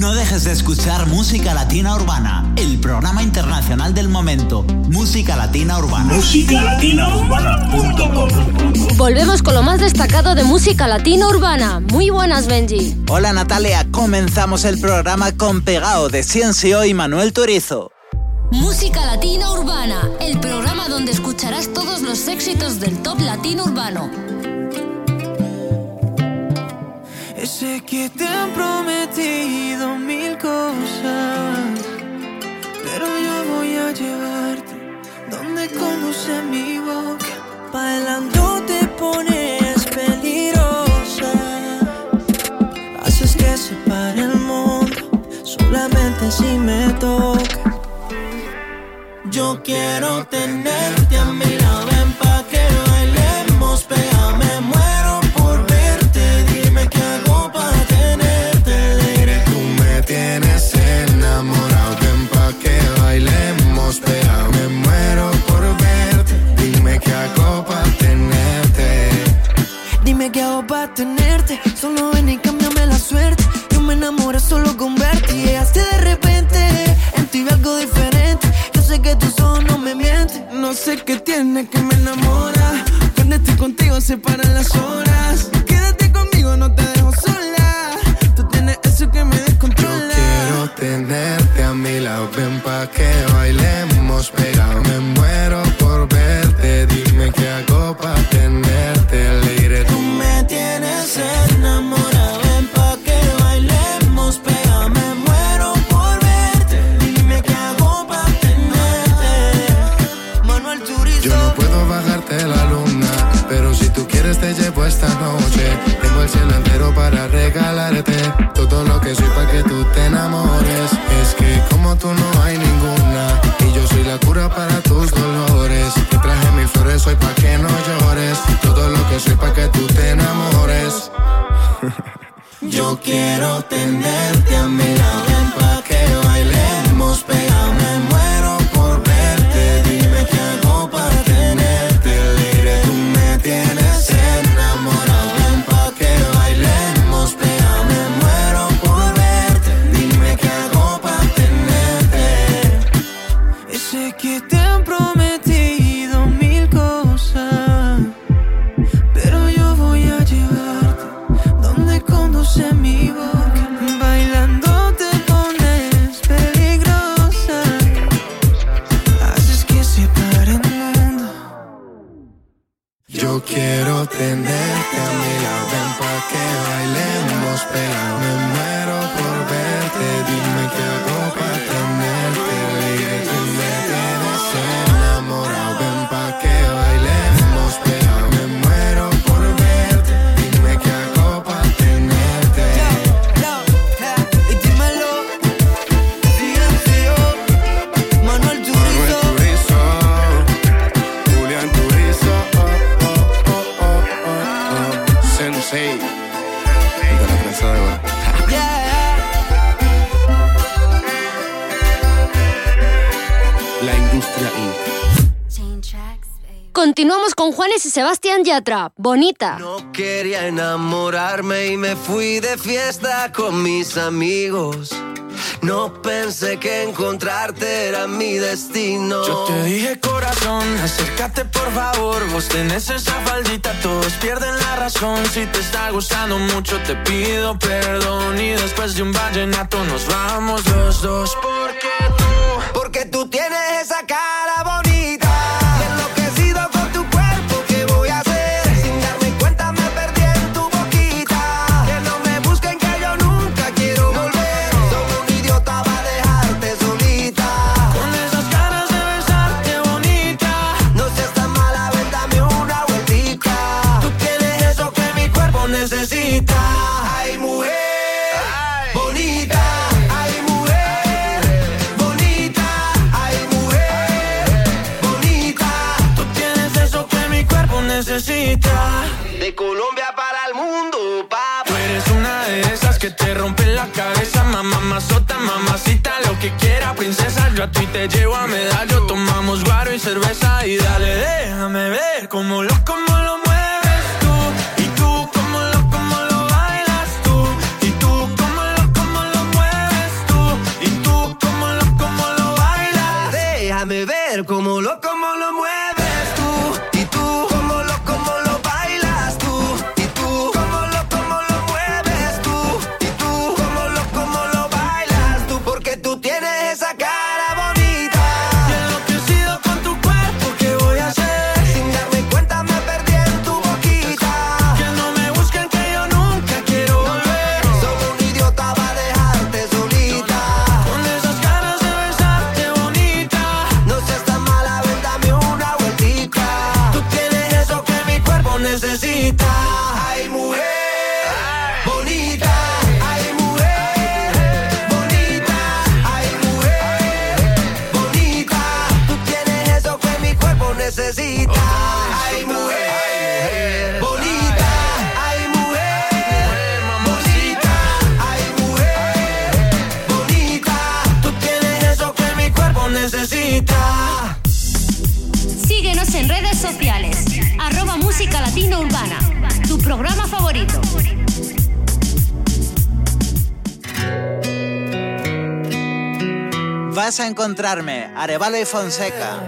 No dejes de escuchar Música Latina Urbana, el programa internacional del momento. Música Latina Urbana. musicalatinaurbana.com. Volvemos con lo más destacado de música latina urbana. Muy buenas, Benji. Hola, Natalia. Comenzamos el programa con Pegao de Ciencio y Manuel Turizo. Música Latina Urbana, el programa donde escucharás todos los éxitos del top latino urbano. Sé que te han prometido mil cosas, pero yo voy a llevarte donde conduce mi boca. Bailando te pones peligrosa, haces que se pare el mundo, solamente si me tocas. Yo quiero tenerte a mi lado, ven pa' que bailemos, pega, me muero por verte, dime qué hago pa' tenerte alegre. Tú me tienes enamorado, ven pa' que bailemos, pega, me muero por verte, dime qué hago pa' tenerte. Dime qué hago pa' tenerte, solo ven y cámbiame la suerte. Yo me enamoré solo con verte y llegaste de repente, en ti vi algo diferente. Sé que tus ojos no me mienten. No sé qué tiene que me enamora. Cuando estoy contigo se paran las horas. Quédate conmigo, no te dejo sola. Tú tienes eso que me descontrola. Yo quiero tenerte a mi lado, ven pa' que bailemos, pegado. Me muero por verte, dime qué hago pa' tenerte alegre. Tú me tienes enamorado, ven pa' que bailemos, pegado. Me muero por verte, dime qué hago pa' yo no puedo bajarte la luna, pero si tú quieres te llevo esta noche. Tengo el cielo entero para regalarte todo lo que soy pa' que tú te enamores. Es que como tú no hay ninguna, y yo soy la cura para tus dolores. Te traje mis flores hoy pa' que no llores, todo lo que soy pa' que tú te enamores. Yo quiero tenerte a mi lado, ven pa' que bailemos, pegado, me muero por verte, dime qué hago pa' tenerte alegre. Tú me tienes enamorado, ven pa' que bailemos, pegado, me muero por verte, dime qué hago pa' tenerte. Sé que te han prometido mil cosas, pero yo voy a llevarte donde conduce mi boca. Bailando te pones peligrosa, haces que se pare el mundo. Yo quiero tenerte a mi lado, ven pa' que bailemos, pegado. Me muero por verte, dime qué hago pa' tenerte alegre. Tú me tienes enamorado, ven pa' que bailemos, pegado. Me muero por verte, dime qué hago pa' tenerte. Y dímelo, Ciencio, Manuel Turizo, Julián Turizo, Sensei, y con la prensa de oro. La industria Inc. Continuamos con Juanes y Sebastián Yatra. Bonita. No quería enamorarme y me fui de fiesta con mis amigos. No pensé que encontrarte era mi destino. Yo te dije, corazón, acércate por favor. Vos tenés esa faldita, todos pierden la razón. Si te está gustando mucho te pido perdón. Y después de un vallenato nos vamos los dos. Porque tú tienes esa cara bonita. Enloquecido con tu cuerpo, ¿qué voy a hacer? Sin darme cuenta me perdí en tu boquita. Que no me busquen que yo nunca quiero volver. Solo un idiota va a dejarte solita. Con esas ganas de besarte bonita. No seas tan mala, ven, dame una vueltita. Tú tienes eso que mi cuerpo necesita. Ay, mujer bonita. Ay, mujer bonita. Ay, mujer bonita. Tú tienes eso que mi cuerpo necesita. De Colombia para el mundo, papá. Tú eres una de esas que te rompen la cabeza. Mamazota, mamacita, lo que quiera, princesa. Yo a ti te llevo a medallo. Tomamos guaro y cerveza. Y dale, déjame ver cómo lo mueves tú. Y tú cómo lo bailas tú. Y tú cómo lo mueves Música Latina Urbana, tu programa favorito. Vas a encontrarme, Arevalo y Fonseca.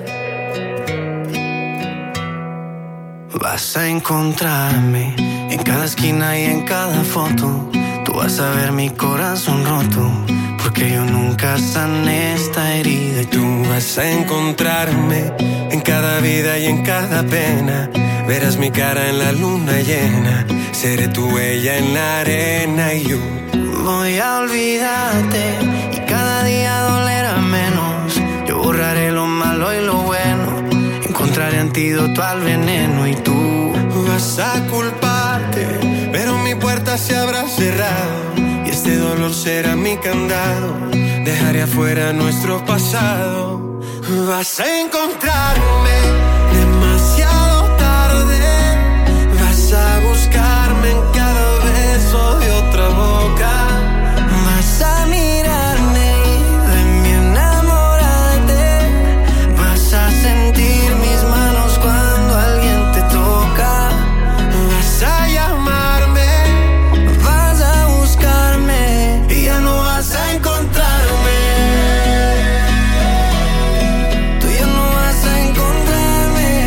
Vas a encontrarme en cada esquina y en cada foto. Tú vas a ver mi corazón roto, porque yo nunca sané esta herida. Y tú vas a encontrarme en cada vida y en cada pena. Verás mi cara en la luna llena. Seré tu huella en la arena y yo voy a olvidarte y cada día dolerá menos. Yo borraré lo malo y lo bueno. Encontraré antídoto al veneno y tú vas a culparte, pero mi puerta se habrá cerrado y este dolor será mi candado. Dejaré afuera nuestro pasado. Vas a encontrarme demasiado tarde. Vas a buscarme en cada beso de otra boca. Vas a mirarme y de mí enamorarte. Vas a sentir mis manos cuando alguien te toca. Vas a llamarme, vas a buscarme y ya no vas a encontrarme. Tú ya no vas a encontrarme.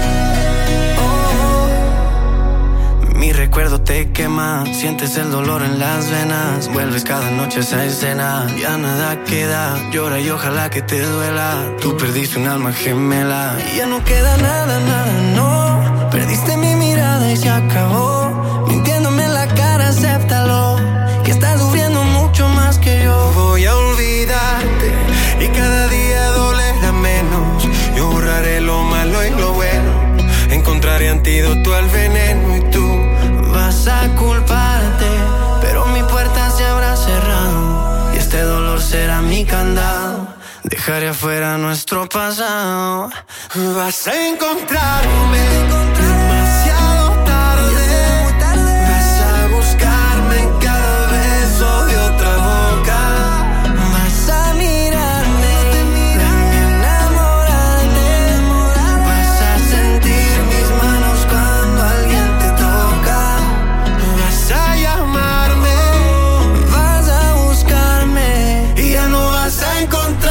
Oh. Mi recuerdo te quema, sientes el dolor en las venas. Vuelves cada noche a esa escena, ya nada queda. Llora y ojalá que te duela. Tú perdiste un alma gemela y ya no queda nada, nada, no. Perdiste mi mirada y se acabó. Mintiéndome en la cara, acéptalo, que estás sufriendo mucho más que yo. Voy a olvidarte y cada día dolerá menos. Yo borraré lo malo y lo bueno. Encontraré antídoto al veneno y tú vas a culparte, pero mi puerta se habrá cerrado y este dolor será mi candado. Dejaré afuera nuestro pasado. Vas a encontrarme demasiado tarde. Vas a buscarme en cada beso de otra boca. Vas a mirarme de mí enamorarte. Vas a sentir mis manos cuando alguien te toca. Vas a llamarme, vas a buscarme y ya no vas a encontrarme.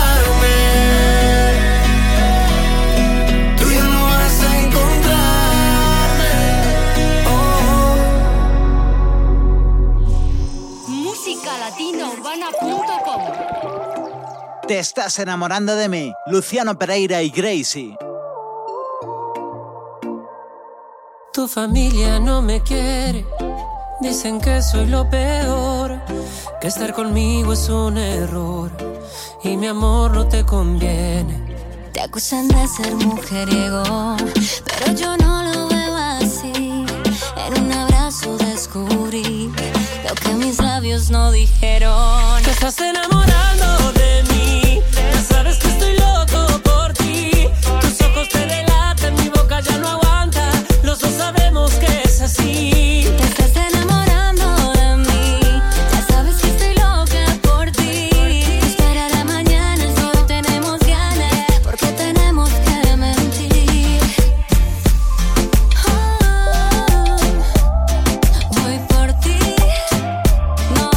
Tú ya no vas a encontrarme. Oh. Musicalatinaurbana.com. Te estás enamorando de mí, Luciano Pereira y Gracie. Tu familia no me quiere, dicen que soy lo peor, que estar conmigo es un error y mi amor no te conviene. Te acusan de ser mujeriego, pero yo no lo veo así. En un abrazo descubrí lo que mis labios no dijeron. Te estás enamorando de mí, ya sabes que estoy loco por ti. Tus ojos te delatan, mi boca ya no aguanta. Los dos sabemos que es así. Te estás enamorando de mí, ya sabes que estoy loca por ti. Esperar a mañana, solo tenemos ganas, porque tenemos que mentir. Voy por ti, no.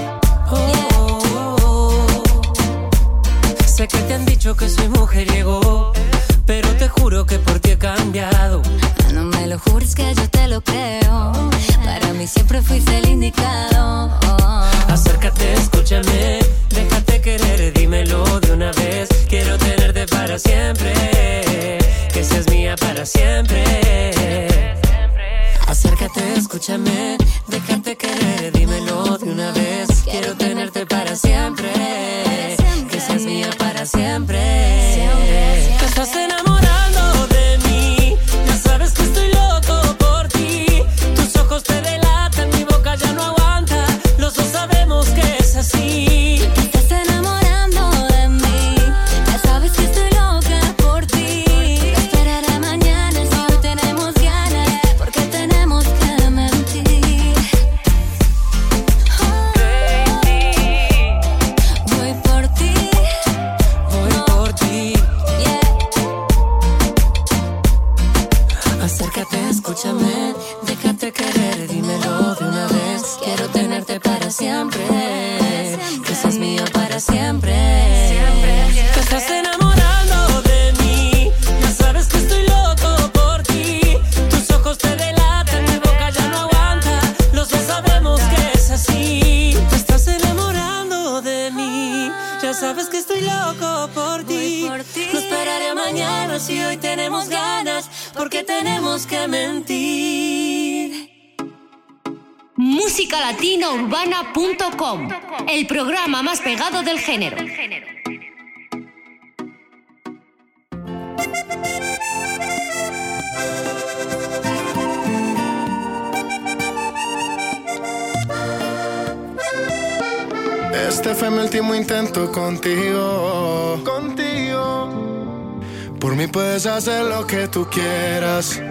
Sé que te han dicho que soy mujeriego, pero te juro que por ti he cambiado. No me lo jures que yo te lo creo, para mí siempre fuiste el indicado. Acércate, escúchame, déjate querer, dímelo de una vez. Quiero tenerte para siempre, que seas mía para siempre. Acércate, escúchame, déjate querer, dímelo de una vez. Quiero tenerte para siempre, que seas mía para siempre. Te estás enamorando de mí, ya sabes que estoy loco por ti. Tus ojos te delatan, mi boca ya no aguanta. Los dos sabemos que es así. Te estás enamorando de mí, ya sabes que estoy loca por ti. Esperar a mañana, si hoy tenemos ganas, porque tenemos que mentir. Voy por ti, Voy por siempre. Te estás enamorando de mí, ya sabes que estoy loco por ti. Tus ojos te delatan, mi boca ya no aguanta, los dos sabemos que es así. Te estás enamorando de mí, ya sabes que estoy loco por ti. No esperaré a mañana si hoy tenemos ganas, porque tenemos que mentir. Musicalatinaurbana.com, el programa más pegado del género. Este fue mi último intento contigo. Por mí puedes hacer lo que tú quieras.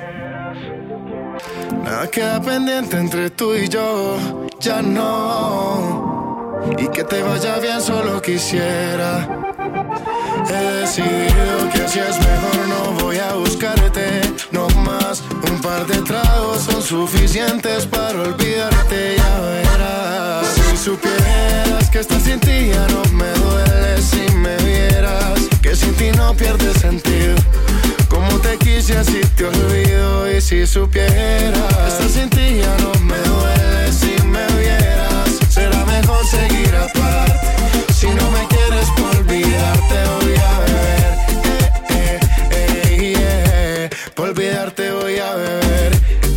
Nada queda pendiente entre tú y yo, ya no. Y que te vaya bien solo quisiera. He decidido que así es mejor, no voy a buscarte. No más, un par de tragos son suficientes para olvidarte, ya verás. Si supieras que estás sin ti ya no me duele. Si me vieras que sin ti no pierde sentido. Como te quise así te olvido. Y si supieras que estás sin ti ya no me duele. Si me vieras será mejor seguir aparte. Si no me quieres por olvidarte voy a beber. Por olvidarte voy a beber.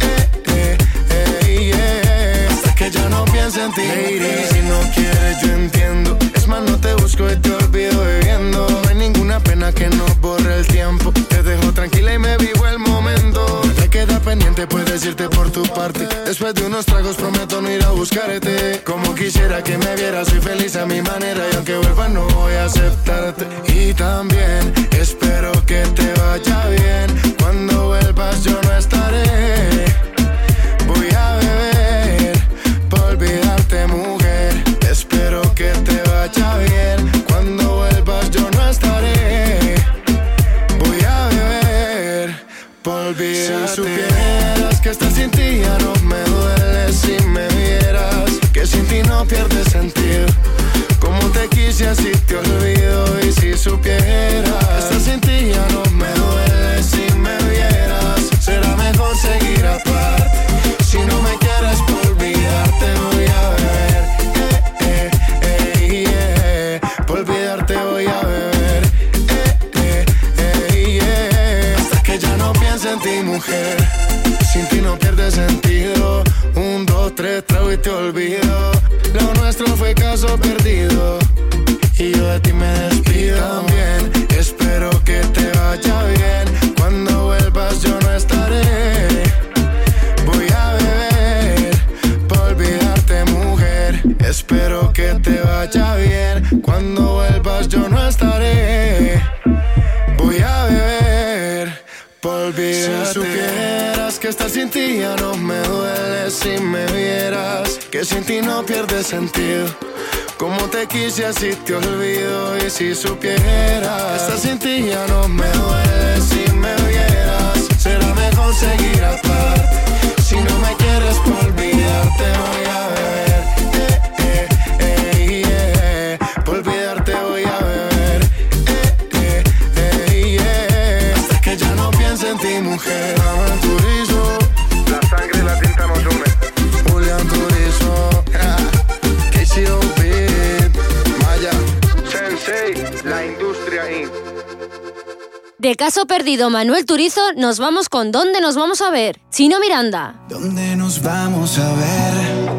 Hasta que ya no piense en ti. Lady, si no quieres yo entiendo. Es más no te busco y te olvido bebiendo. No hay ninguna pena que nos borre el tiempo. Te dejo tranquila y me vivo el momento. Te queda pendiente, puedes irte por tu parte. Después de unos tragos prometo no ir a buscarte. Como quisiera que me vieras, soy feliz a mi manera. Y aunque vuelva no voy a aceptarte. Y también espero que te vaya bien. Cuando vuelvas yo no estaré. Voy a beber por olvidarte, mujer. Espero que te vaya bien. Cuando vuelvas yo no estaré. Voy a beber por olvidarte. Si supieras que estás sin ti ya no me duele. Si me vieras que sin ti no pierde sentido. Como te quise así te olvido. Y si supieras que estás sin ti ya no me duele. Si me vieras será mejor seguir aparte. Si no me quieres por olvidarte voy a beber. Por olvidarte voy a beber. Hasta que ya no piense en ti, mujer. Sin ti no pierde sentido. 1, 2, 3 trago y te olvido. Lo nuestro fue caso perdido. Y yo de ti me despido. Y también espero que te vaya bien. Cuando vuelvas yo no estaré. Voy a beber por olvidarte, mujer. Espero que te vaya bien. Cuando vuelvas yo no estaré. Voy a beber por olvidarte. Si supieras que estar sin ti ya no me duele. Si me vieras que sin ti no pierde sentido. Como te quise así te olvido. Y si supieras estar sin ti ya no me duele. Si me vieras será mejor seguir aparte. Si no me quieres por olvidarte voy a beber. Por olvidarte voy a beber. Hasta que ya no piense en ti, mujer. Manuel Turizo, la sangre y la tinta nos une. Julián Turizo, KCOB, Maya, Sensei, la industria Inc. De Caso Perdido Manuel Turizo nos vamos con ¿Dónde nos vamos a ver? Chino Miranda. ¿Dónde nos vamos a ver?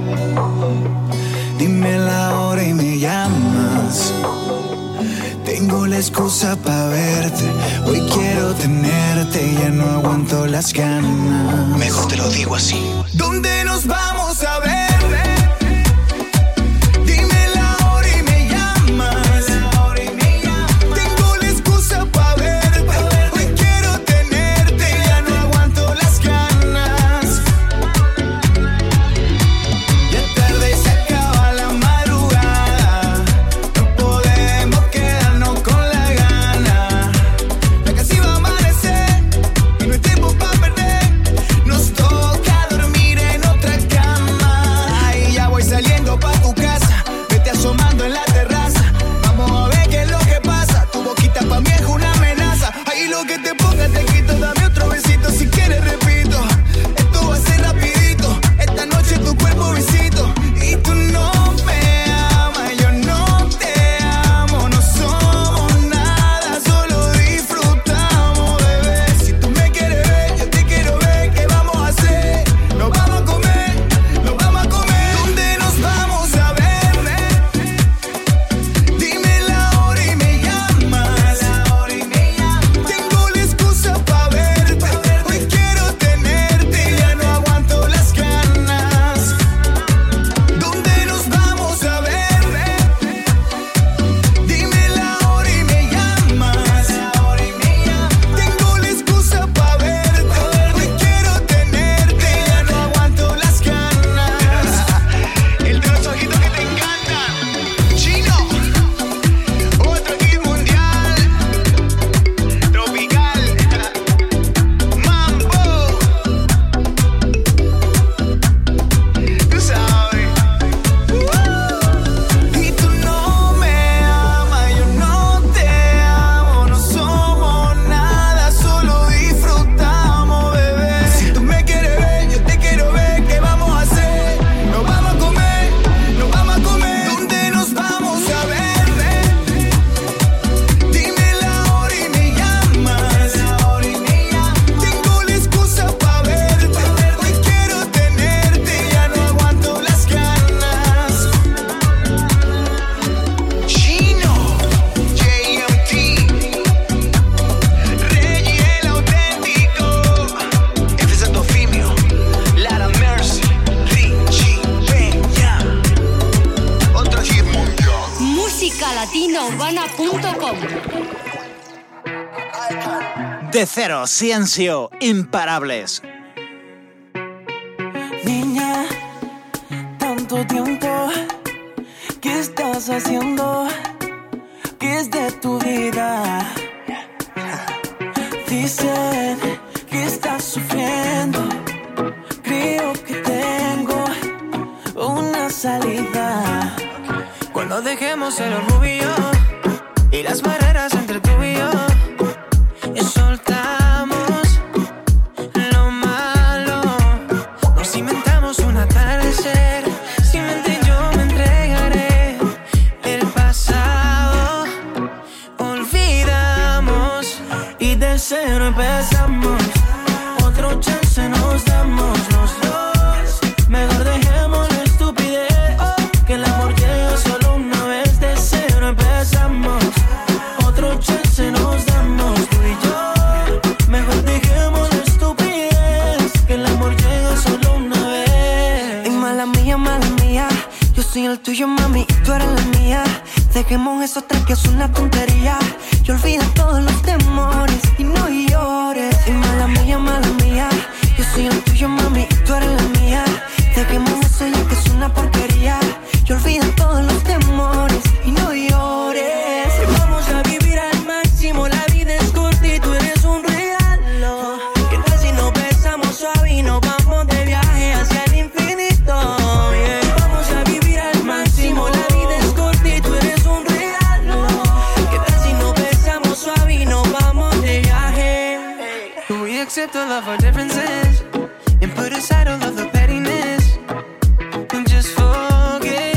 Dime la hora y me llamas. Tengo la excusa para verte. Hoy quiero tenerte, ya no aguanto las ganas. Mejor te lo digo así. ¿Dónde nos vamos a ver? Nos toca dormir en otra cama. musicalatinaurbana.com. De Cero, Ciencio, Imparables. Niña, tanto tiempo, ¿qué estás haciendo? ¿Qué es de tu vida? Dicen que estás sufriendo. Creo que tengo una salida. Cuando dejemos el orgullo y las barreras entre tú y yo, y soltamos lo malo, nos inventamos un atardecer. Sin mente yo me entregaré. El pasado olvidamos y de cero empezamos. Otro chance nos damos los dos. Mejor dejemos la estupidez, que el amor llega solo una vez. De cero empezamos. Otro chance nos damos tú y yo. Mejor dejemos la estupidez, que el amor llega solo una vez. Y mala mía, yo soy el tuyo, mami, y tú eres la mía. Dejemos esos tres que es una tontería. Y olvida todos los temores y no llores. Y mala mía, yo soy el tuyo, mami, y tú eres la mía. Dejemos eso ya que es una porquería. Y olvida todos los temores y no llores. Y vamos a vivir al máximo, la vida es corta y tú eres un regalo. ¿Qué tal si nos besamos suave y nos vamos de viaje hacia el infinito? Yeah. Vamos a vivir al máximo, la vida es corta y tú eres un regalo. ¿Qué tal si nos besamos suave y nos vamos de viaje? We accept all of our differences and put aside all of the pettiness and just forget,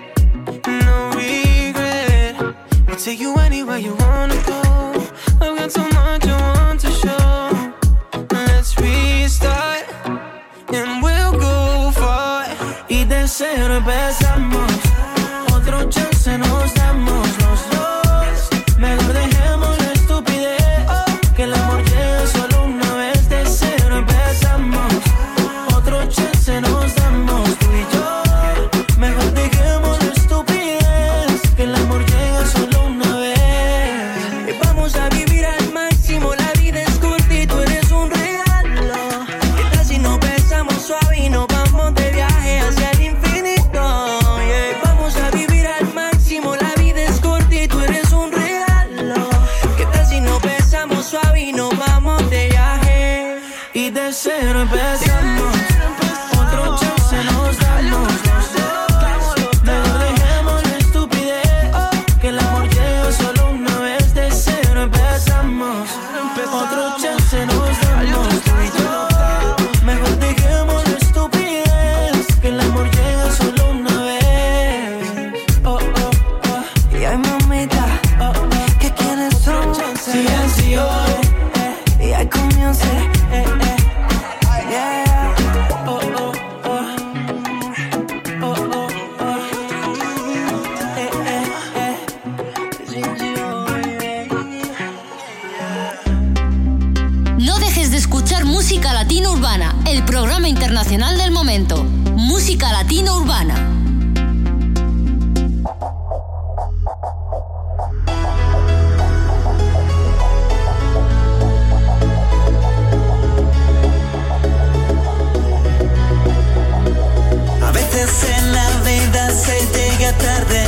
no regret. I'll take you anywhere you wanna go. I've got so much I want to show. Let's restart and we'll go far. Y de cero empezamos. Otro chance nos damos los dos. Mejor dejemos la estupidez, que el amor llega solo una vez. De cero empezamos. Otro chance nos damos tú y yo. Mejor dejemos la estupidez, que el amor llega solo una vez. Y vamos a vivir al máximo, la vida es corta y tú eres un regalo. ¿Qué tal si nos besamos suave y nos vamos de viaje hacia el infinito? Yeah. Vamos a vivir al máximo, la vida es corta y tú eres un regalo. ¿Qué tal si nos besamos suave y nos vamos de viaje? Y de cero empezamos. Otro chance nos damos los dos. Mejor dejemos la estupidez, que el amor llega solo una vez. De cero empezamos. Otro chance nos damos tú y yo. Mejor dejemos la estupidez, que el amor llega solo una vez. Oh, oh, oh. Y ay, mamita, oh, oh. ¿Qué quieres son? Silencio. Y ay, comienza. Yeah. Oh, oh, oh. Oh, oh, oh. No dejes de escuchar Música Latina Urbana, el programa internacional del momento. Música Latina Urbana. A veces en la vida se llega tarde,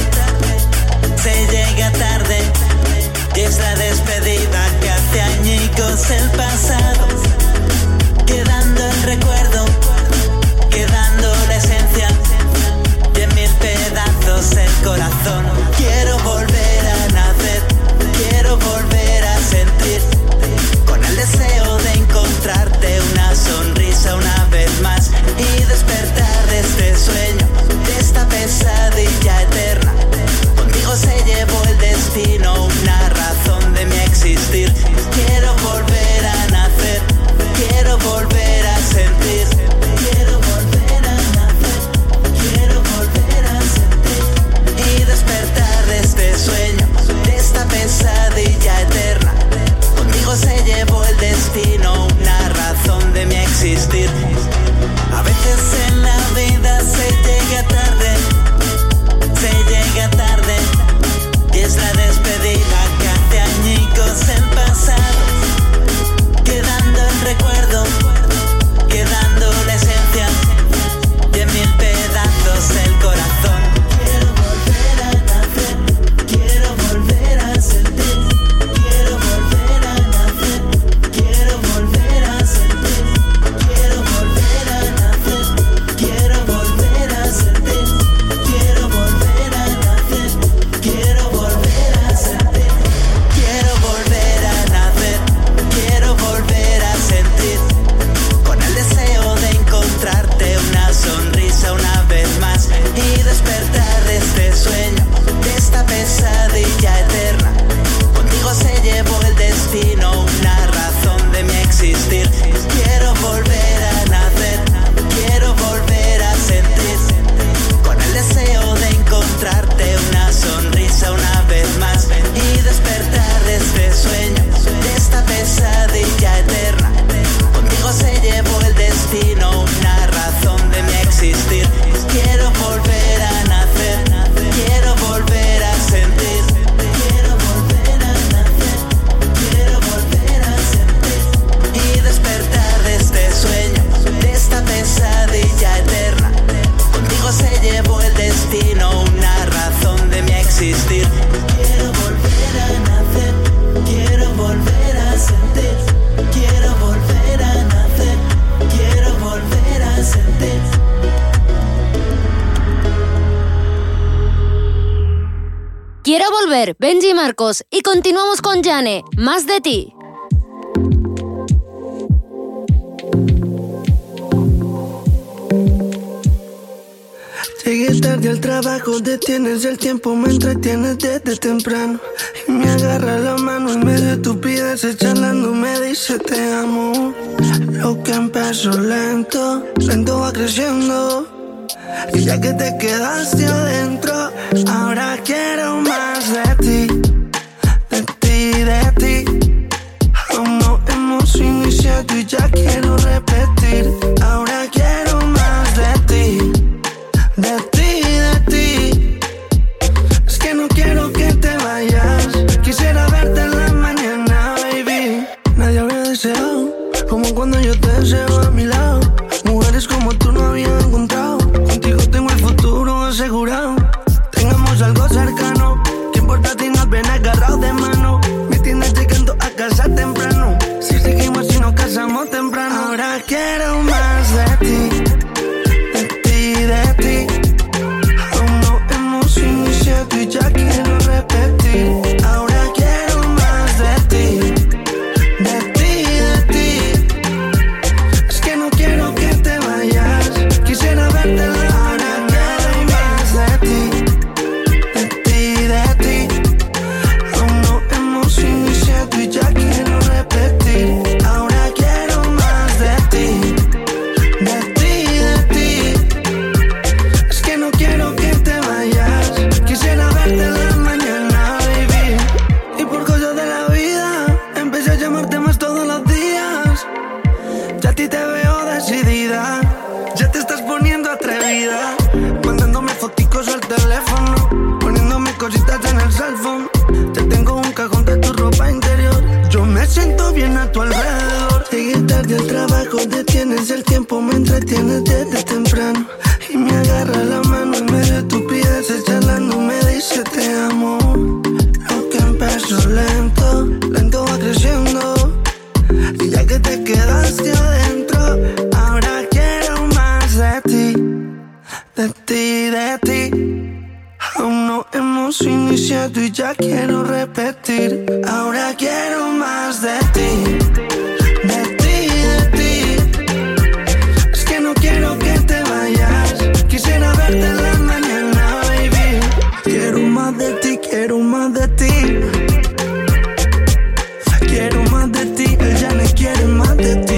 y es la despedida que hace añicos el pasado, quedando el recuerdo, quedando la esencia, y en mil pedazos el corazón. Quiero volver a nacer, quiero volver a sentir, con el deseo de encontrarte una sonrisa una vez más y despertar de este sueño, de esta pesadilla eterna. Contigo se llevó el destino, una razón de mi existir. Quiero volver a nacer, quiero volver a sentir, quiero volver a nacer, quiero volver a sentir y despertar Quiero volver, Benji Marcos. Y continuamos con Yane, Más de ti. Llegué tarde al trabajo, detienes el tiempo, me entretienes desde temprano. Y me agarra la mano en medio de estupideces, charlando me dice te amo. Lo que empezó lento, lento va creciendo. Y ya que te quedaste adentro, ahora quiero más de ti, de ti, de ti. Aún no hemos iniciado y ya quiero repetir. Ahora quiero más de ti, de ti, de ti. Es que no quiero que te vayas. Quisiera verte en la mañana, baby. Nadie habría deseado como cuando yo te deseo a mi lado. Mujeres como tú no había encontrado. Contigo tengo el futuro asegurado. Tengamos algo cercano. ¿Qué importa si nos ven agarrados de mano? Me tienes llegando a casa temprano. Si seguimos y nos casamos temprano. Ahora quiero más de ti, de ti, de ti. Aún no hemos iniciado y ya quiero repetir. Ahora quiero más de ti, de ti, de ti. Es que no quiero que te vayas. Quisiera verte en la hora. Quiero más de ti, de ti, de ti. Aún no hemos iniciado y ya quiero repetir. Ahora quiero más de ti, de ti, de ti. Es que no quiero que te vayas. Quisiera verte en la mañana, baby. Y por cosas de la vida empecé a llamarte más todos los días. Ya a ti te veo decidida. Ya te estás poniendo atrevida. Mandándome foticos al teléfono, poniéndome cositas en el cell phone. Ya tengo un cajón de tu ropa interior. Yo me siento bien a tu alrededor. Llegué tarde al trabajo, detienes el tiempo, me entretienes desde temprano. Y me agarra la mano en medio de estupideces, charlando me dice te amo. Lo que empezó lento, lento va creciendo. Y ya que te quedaste adentro, ahora quiero más de ti, de ti, de ti. Aún no hemos iniciado y ya quiero repetir. Ahora quiero más de ti, de ti, de ti. Es que no quiero que te vayas. Quisiera verte en la mañana, baby. Quiero más de ti, quiero más de ti. Quiero más de ti, él ya le quiere más de ti.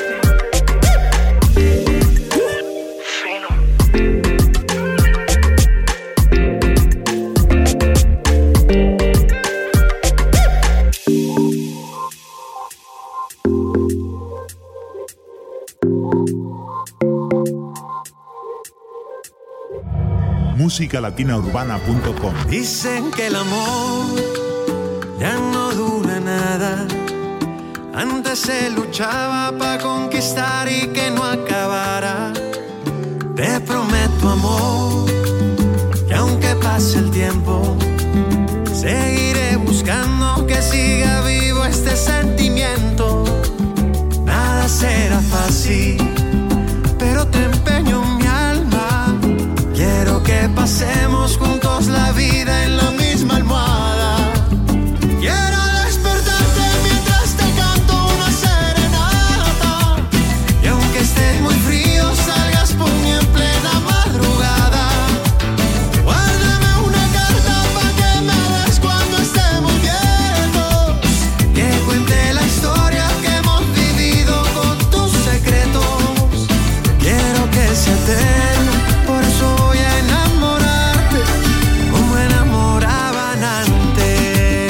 musicalatinaurbana.com. Dicen que el amor ya no dura nada. Antes se luchaba para conquistar y que no acabara. Te prometo, amor, que aunque pase el tiempo, seguiré buscando que siga vivo este sentimiento. Nada será fácil, pero te empeño mi alma. Quiero que pasemos juntos la vida en la misma almohada. Quiero despertarte mientras te canto una serenata. Y aunque esté muy frío, salgas por mí en plena madrugada. Guárdame una carta pa' que me des cuando estemos viejos. Que cuente la historia que hemos vivido con tus secretos. Quiero que sea eterno, por eso voy a enamorarte como enamoraban antes.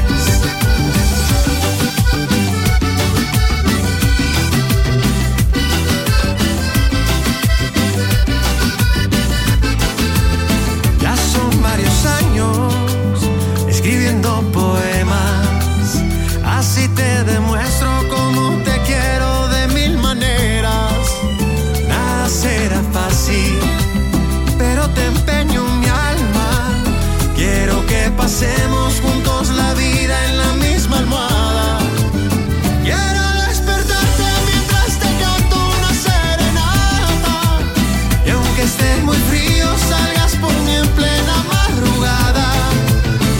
Ya son varios años escribiendo poemas, así te demuestro cómo te quiero de mil maneras. Nada será fácil, pero te empeño mi alma. Quiero que pasemos juntos la vida en la misma almohada. Quiero despertarte mientras te canto una serenata. Y aunque esté muy frío, salgas por mí en plena madrugada.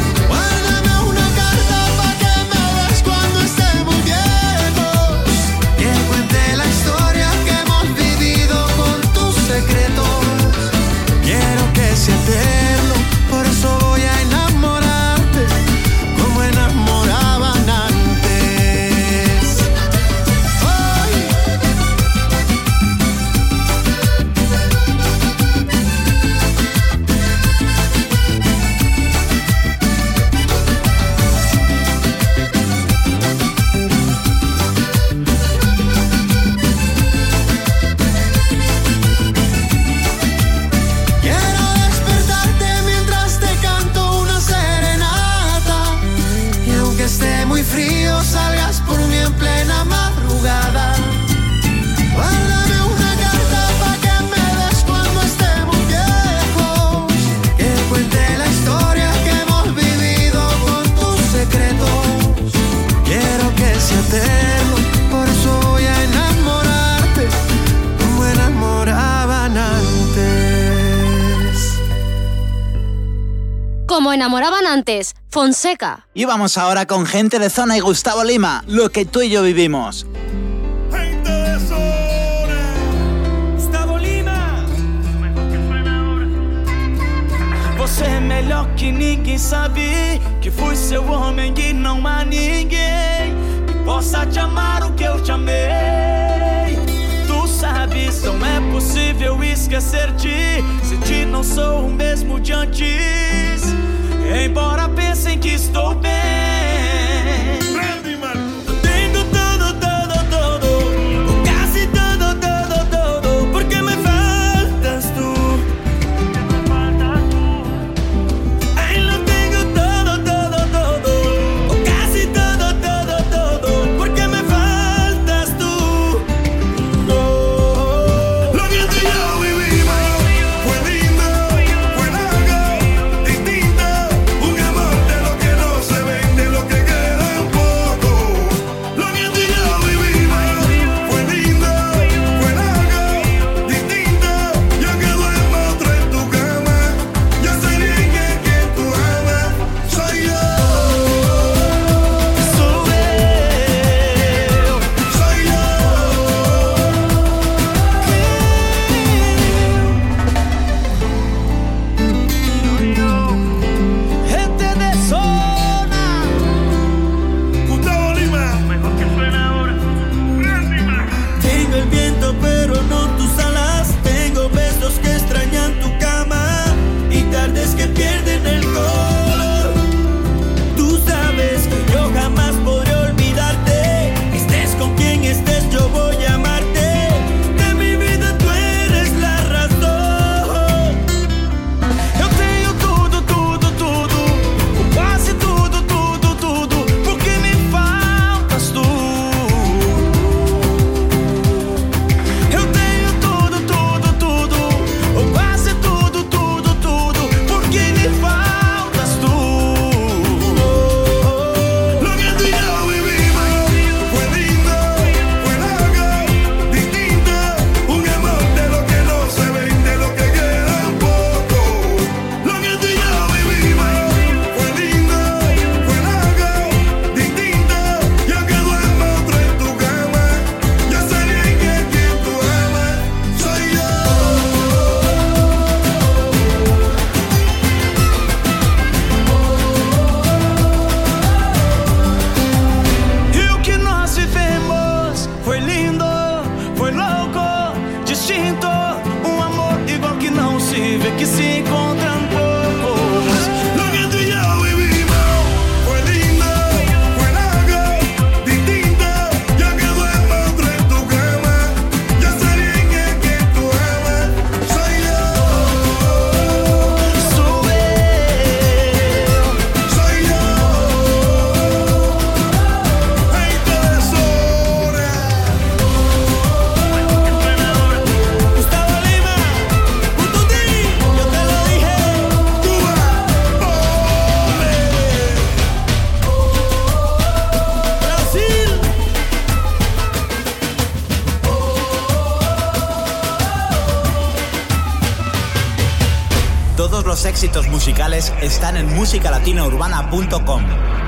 Como enamoraban antes, Fonseca. Y vamos ahora con Gente de Zona y Gustavo Lima, lo que tú y yo vivimos. Gente de Zona, Gustavo Lima. Você é melhor que ninguém sabe, que fui seu homem e não há ninguém que possa te amar o que eu te amei. Tu sabes, não é possível esquecer-te, se te não sou o mesmo de antes. Embora pensem que estou bem, tenho todo, todo, todo, o casi todo, todo, todo, porque me faltas tú. Ay, lo tengo todo, todo, todo, o casi todo, todo, todo, porque me faltas tú. Oh, lo que tú y yo vivimos fue lindo, fue largo, distinto. Un amor de lo que no se vende, lo que queda un poco. Lo que tú y yo vivimos fue lindo, fue largo, distinto. Yo que duermo otro en tu cama, yo soy bien que tú amas. Soy yo, soy yo, soy yo. Gente de Zona, Gustavo Lima. Mejor que suena ahora. Tengo el viento pero no tus alas. Tengo besos que extrañan tu cama y tardes que pierden el color. Tú sabes que yo jamás podré olvidarte. Estés con quien estés, yo voy a amarte. De mi vida tú eres la razón. Eu tenho tudo, tudo, tudo, quase tudo, tudo, tudo, porque me faltas tu. Eu tenho tudo, tudo, tudo, quase tudo, tudo, tudo, porque me faltas tu. Lo que tú y yo vivimos fue lindo, fue largo, distinto. Un amor de lo que no se vende, lo que queda un poco. Lo que tú y yo vivimos fue lindo, fue largo, distinto. Yo que duermo otro en tu cama, yo sé bien que quien tú amas soy yo. E o que nós vivemos foi lindo, foi louco, distinto. Um amor igual que não se vê, que se encontram poucos. Lo que tú y yo vivimos fue lindo, fue largo, distinto. Yo que duermo otro en tu cama, yo sé bien que quien tú amas soy yo. Soy yo, Gente de Zona, Gustavo Lima, Pututi, yo te lo dije, Cuba, Brasil. Todos los éxitos musicales están en musicalatinaurbana.com.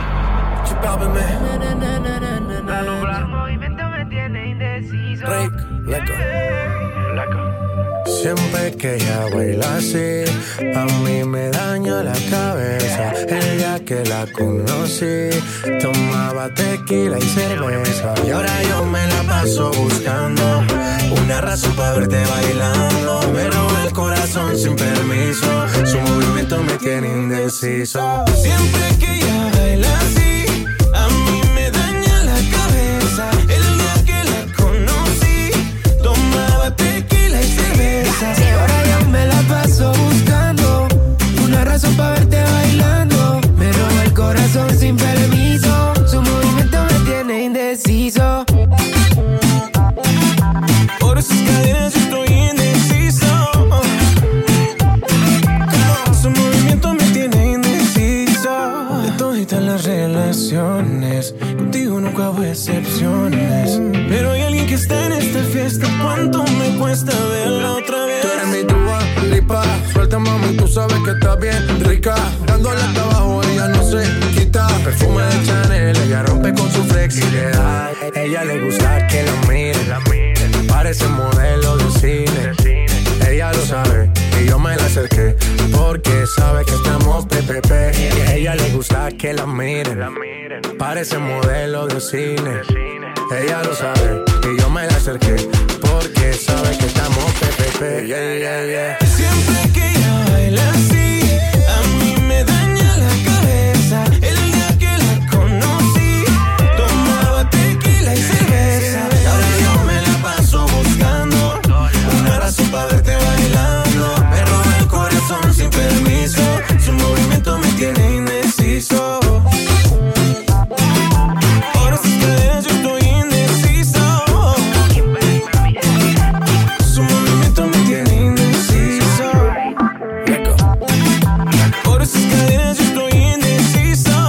Siempre que ella baila así, a mí me daña la cabeza. El día que la conocí, tomaba tequila y cerveza. Y ahora yo me la paso buscando una razón para verte bailando. Me roba el corazón sin permiso, su movimiento me tiene indeciso. Siempre que ella baila así, a mí me daña la cabeza. El día que la conocí, tomaba tequila y cerveza. Y ahora yo me la paso buscando una razón para verte bailando. Me roba el corazón sin permiso, su movimiento me tiene indeciso. Por esas cadenas yo estoy indeciso. Su movimiento me tiene indeciso. De todas las relaciones, contigo nunca hubo excepciones. Pero hay alguien que está en esta fiesta. ¿Cuánto me cuesta verla otra vez? Tú eres mi Dua Lipa, suelta suelta, mami, tú sabes que está bien rica. Dándole hasta abajo, ella no se quita. Perfume de Chanel, ella rompe con su flexibilidad. Ella le gusta que la miren. Parece modelo de cine. Ella lo sabe y yo me la acerqué porque sabe que estamos PPP. Ella le gusta que la miren. Parece modelo de cine. Ella lo sabe y yo me la acerqué porque sabe que estamos PPP. Siempre que ella baila así, a mí me daña la cabeza. El día que la conocí, tomaba tequila y cerveza. Ahora yo me la paso buscando una razón para verte bailando. Me roba el corazón sin permiso, su movimiento me tiene indeciso. Ahora sus caderas yo estoy indeciso. Su movimiento me tiene indeciso. Ahora sus caderas yo estoy indeciso.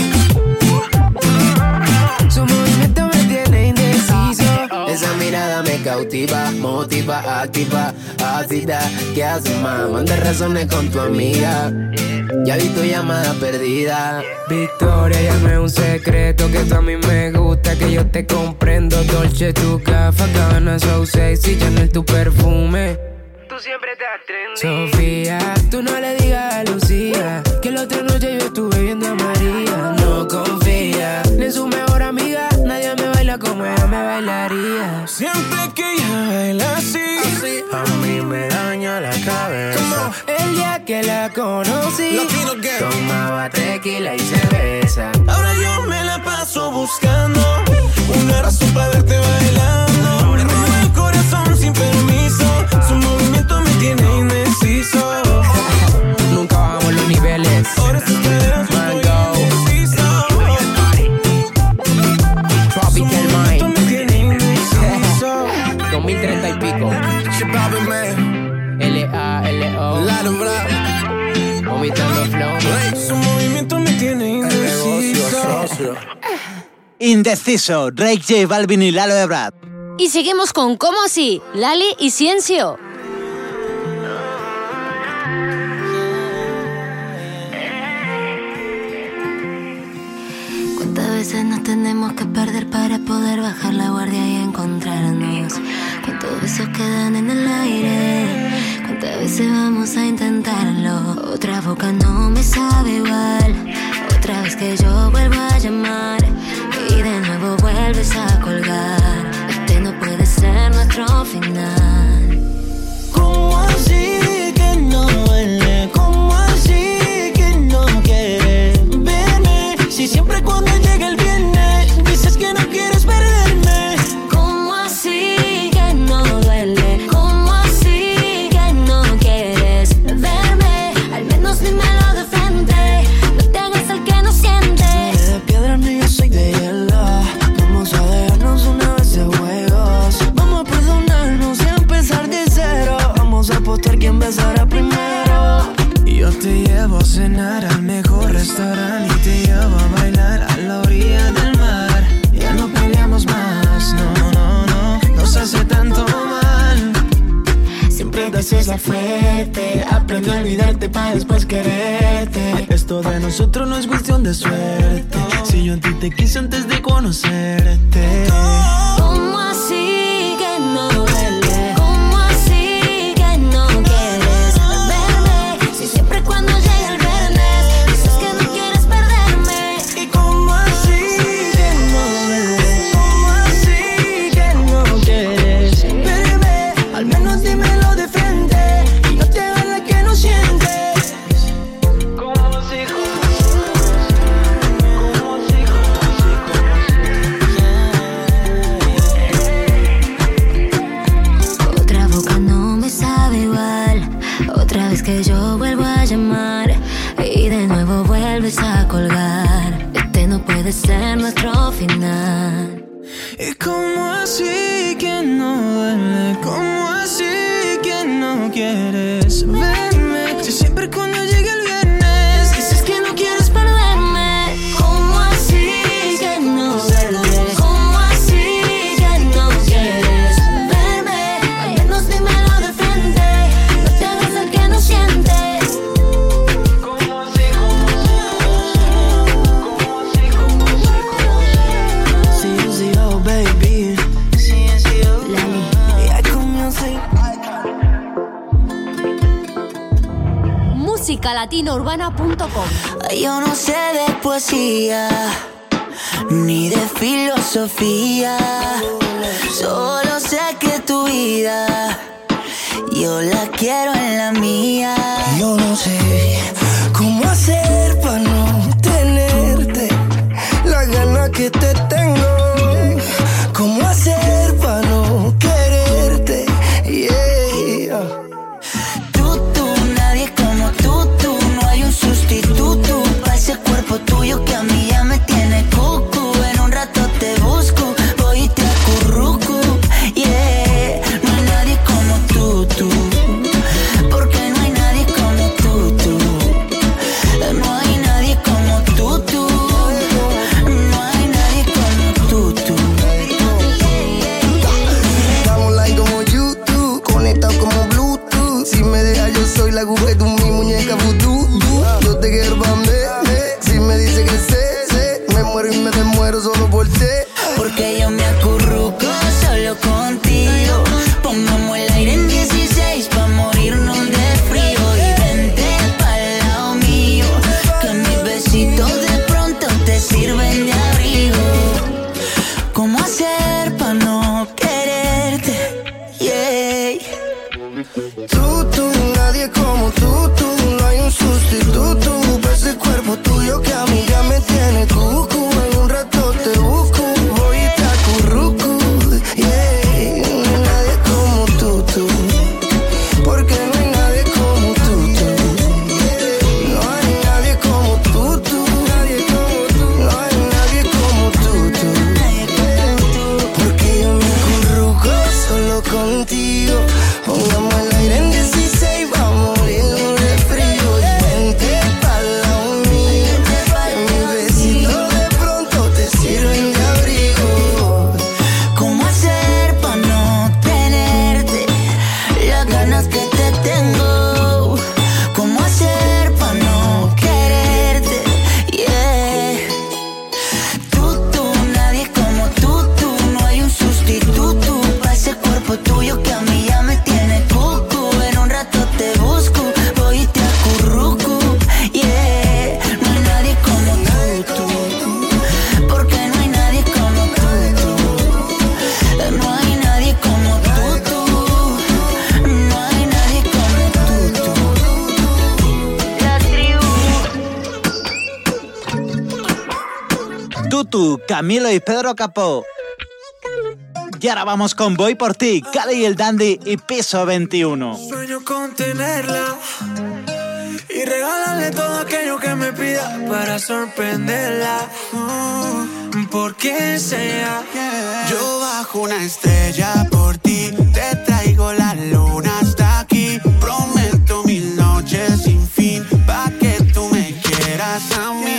Su movimiento me tiene indeciso. Esa mirada me cautiva, motiva, activa, ácida. ¿Qué haces, más? Manda razones con tu amiga. Ya vi tu llamada perdida. Victoria, ya no es un secreto que tú a mí me gusta, que yo te comprendo. Dolce, tu café, Gabbana, so sexy, Chanel, tu perfume. Tú siempre estás trendy. Sofía, tú no le digas a Lucía que la otra noche yo estuve viendo a María. No confía ni en su mejor amiga, nadie me baila como ella me bailaría. Siempre que ella baila así, A mí me daña la cabeza. El día que la conocí, tomaba tequila y cerveza. ahora yo me la paso buscando una razón para verte bailando. Me roba el corazón sin permiso, su movimiento me tiene indeciso. Nunca bajamos los niveles. Ahora sus caderas yo estoy indeciso. Su Tropical movimiento Mind me tiene indeciso. 2030 y pico. Chipabe, man. L-A-L-O. Latin Rap. Vomitando flow. Su movimiento me tiene indeciso. Indeciso, Drake, J Balvin y Lalo Ebrard. Y seguimos con ¿Cómo así? Lali y Ciencio. ¿Cuántas veces nos tenemos que perder para poder bajar la guardia y encontrarnos? ¿Cuántos besos quedan en el aire? ¿Cuántas veces vamos a intentarlo? Otra boca no me sabe igual. Otra vez que yo vuelvo a llamar y de nuevo vuelves a colgar. Este no puede ser nuestro final. ¿Cómo así que no duele? ¿Cómo así que no quieres verme? Si siempre cuando llega el viernes dices que no quieres perderme. ¿Cómo así que no duele? ¿Cómo así que no quieres verme? Al menos dímelo de frente, no te hagas el que no siente. De piedra ni yo soy de hielo. Vamos a dejarnos una vez de juegos. Vamos a perdonarnos y a empezar de cero. Vamos a apostar quién besará primero. Yo te llevo a cenar al mejor restaurante y te llevo a bailar a la orilla del mar. Ya no peleamos más, no nos hace tanto mal. Siempre te haces la fuerte, aprende a olvidarte para después quererte. Esto de nosotros no es cuestión de suerte. Si yo a ti te quise antes de conocerte. ¿Cómo así que no duele? ¿Cómo así que no quieres verme? Si siempre cuando llega el viernes dices que no quieres perderme. ¿Y cómo así que no duele? ¿Cómo así que no quieres verme? Al menos dímelo de frente y no te hagas la que no sientes. ¿Cómo así? ¿Cómo así? Otra boca no me sabe igual. Otra vez que yo vuelvo a llamar y de nuevo vuelves a colgar. Este no puede ser nuestro final. ¿Y cómo así que no duele? ¿Cómo así que no quieres verme? Si siempre cuando llega el viernes dices que no quieres perderme. ¿Cómo así que no duele? ¿Cómo así que no quieres verme? Al menos dímelo de frente, no te hagas el que no siente. musicalatinaUrbana.com. Yo no sé de poesía ni de filosofía, solo sé que tu vida yo la quiero en la mía. Yo no sé cómo hacer para no tenerte, la gana que te tengo. Cómo hacer para no quererte, yeah. Tú, nadie como tú, no hay un sustituto para ese cuerpo tuyo que a mí ya me tiene cucu. En un rato te busco, voy y te acurruco, yeah. No hay nadie como tú, porque no hay nadie como tú. No hay nadie como tú, no hay nadie como tú. Estamos like como YouTube, conectados como Bluetooth. Si me dejas yo soy la Google, tú mi muñeca vudú. Yo te quiero pa' mí, si me dice que sé, me muero y me desmuero solo por ti. Porque yo me acurruco solo contigo. Pongamos el aire en 16 pa' morirnos de frío. Y vente pa'l lado mío, que mis besitos de pronto te sirven de abrigo. ¿Cómo hacer pa' no quererte? Yeah. Tú, nadie como tú, no hay un sustituto para ese cuerpo tuyo que a mí ya me tiene cucu. En un rato te busco, voy y te acurruco, yeah. No hay nadie como tú, porque no hay nadie como tú. No hay nadie como tú, no hay nadie como tú, porque yo me acurruco solo contigo. Pongamos el aire en 16, vamos a morirnos de frío. Y vente pa'l lado mío, que mis besitos de pronto te sirven de abrigo. ¿Cómo hacer pa' no tenerte las ganas que te tengo? ¿Cómo hacer pa' no quererte? Yeah. Tú, nadie como tú, no hay un sustituto para ese cuerpo tuyo que a mí ya me tiene cucu. En un rato te busco, voy y te acurruco, yeah. No hay nadie como tú, porque no hay nadie como tú. No hay nadie como tú, no hay nadie como tú. La tribu. Tutu, Camilo y Pedro Capó. Y ahora vamos con Voy por ti, Cali y el Dandy y Piso 21. Sueño con tenerla y regalarle todo aquello que me pida para sorprenderla. Por quien sea. Yo bajo una estrella por ti, te traigo la luna hasta aquí. Prometo 1000 noches sin fin, pa' que tú me quieras a mí.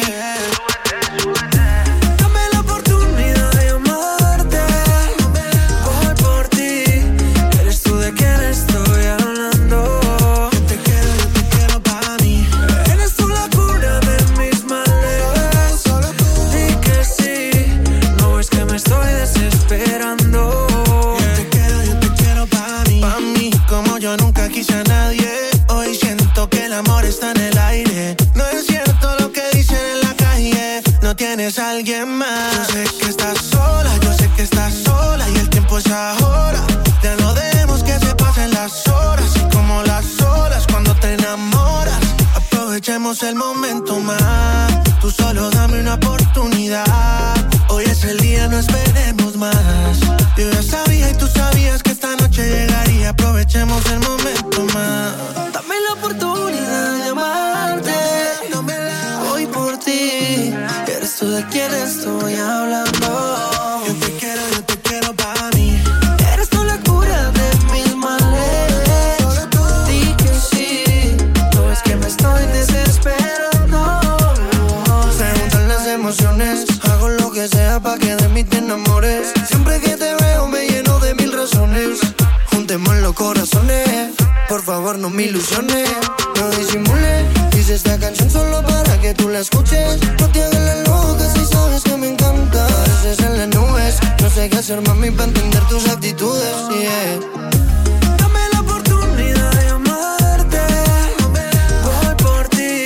Dame la oportunidad de amarte. Voy por ti, eres tú de quien estoy hablando. Yo te quiero pa' mí. Eres tú la cura de mis males. Di que sí, no es que me estoy desesperando. Yo te quiero pa' mí. Pa' mí, como yo nunca quise a nadie. Hoy siento que el amor está en el aire. No es cierto lo que dicen en la calle. No tienes a alguien más. Yo sé que estás sola, yo sé que estás sola. Y el tiempo es ahora. Ya no dejemos que se pasen las horas. Y como las olas cuando te enamoras. Aprovechemos el momento más. Tú solo dame una oportunidad. Hoy es el día, no esperemos más. Yo ya sabía y tú sabías que esta noche llegaría. Aprovechemos el momento más. Dame la oportunidad de amarte. Voy por ti, eres tú de quien estoy hablando. Yo te quiero pa' mí. Eres tú la cura de mis males. Di que sí, no es que me estoy desesperando. Se juntan las emociones, hago lo que sea pa' que de mí te enamores. Siempre que te veo me lleno de 1000 razones. Juntemos los corazones, por favor no me ilusiones. No disimules, hice esta canción solo para que tú la escuches. No te hagas la loca si sabes que me encanta. Pareces en las nubes, no sé qué hacer mami para entender tus actitudes, yeah. Dame la oportunidad de amarte. Voy por ti,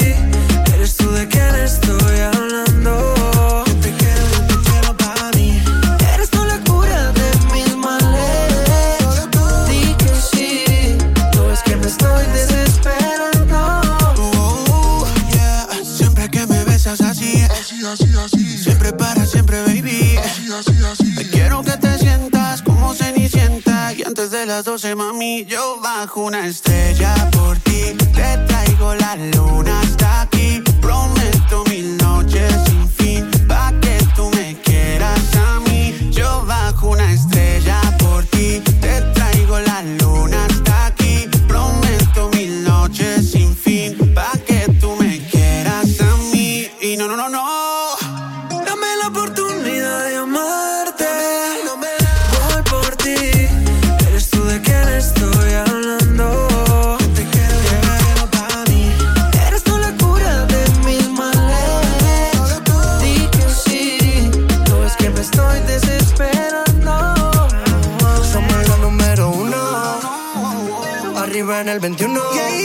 Siempre para siempre, baby. Te quiero que te sientas como Cenicienta. Y antes de las 12, mami, yo bajo una estrella por ti. Te traigo la luna hasta aquí. Prometo 1000 noches sin fin, pa' que tú me quieras a mí. Yo bajo una estrella por ti. Te traigo la luna hasta aquí. Prometo 1000 noches sin fin, pa' que tú me quieras a mí. Y no, dame la oportunidad de amarte. Voy por ti. Eres tú de quien estoy hablando. Te quiero llevar para mí. Eres tú la cura de mis males. Di que sí. No es que me estoy desesperando. Somos la número 1. Arriba en el 21.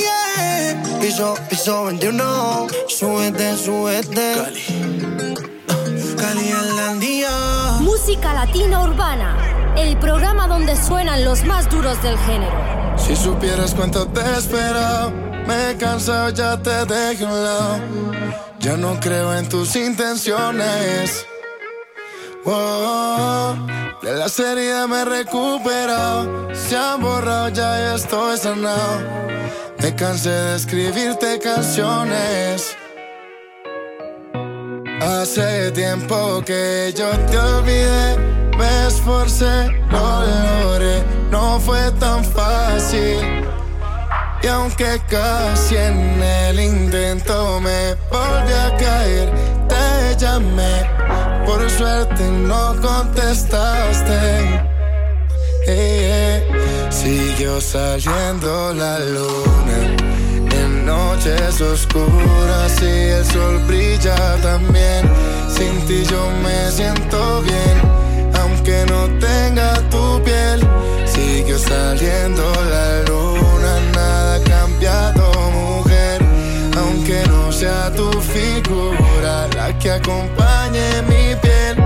Piso 21. Súbete. Cali en la día. Música Latina Urbana, el programa donde suenan los más duros del género. Si supieras cuánto te he esperado, me he cansado, ya te dejé a un lado. Ya no creo en tus intenciones. Oh, de las heridas me he recuperado. Se han borrado, ya estoy sanado. Me cansé de escribirte canciones. Hace tiempo que yo te olvidé, me esforcé, lo logré, no fue tan fácil. Y aunque casi en el intento me volví a caer, te llamé, por suerte no contestaste. Siguió saliendo la luna en noches oscuras y el sol brilla también. Sin ti yo me siento bien, aunque no tenga tu piel. Siguió saliendo la luna, nada ha cambiado, mujer. Aunque no sea tu figura la que acompañe mi piel.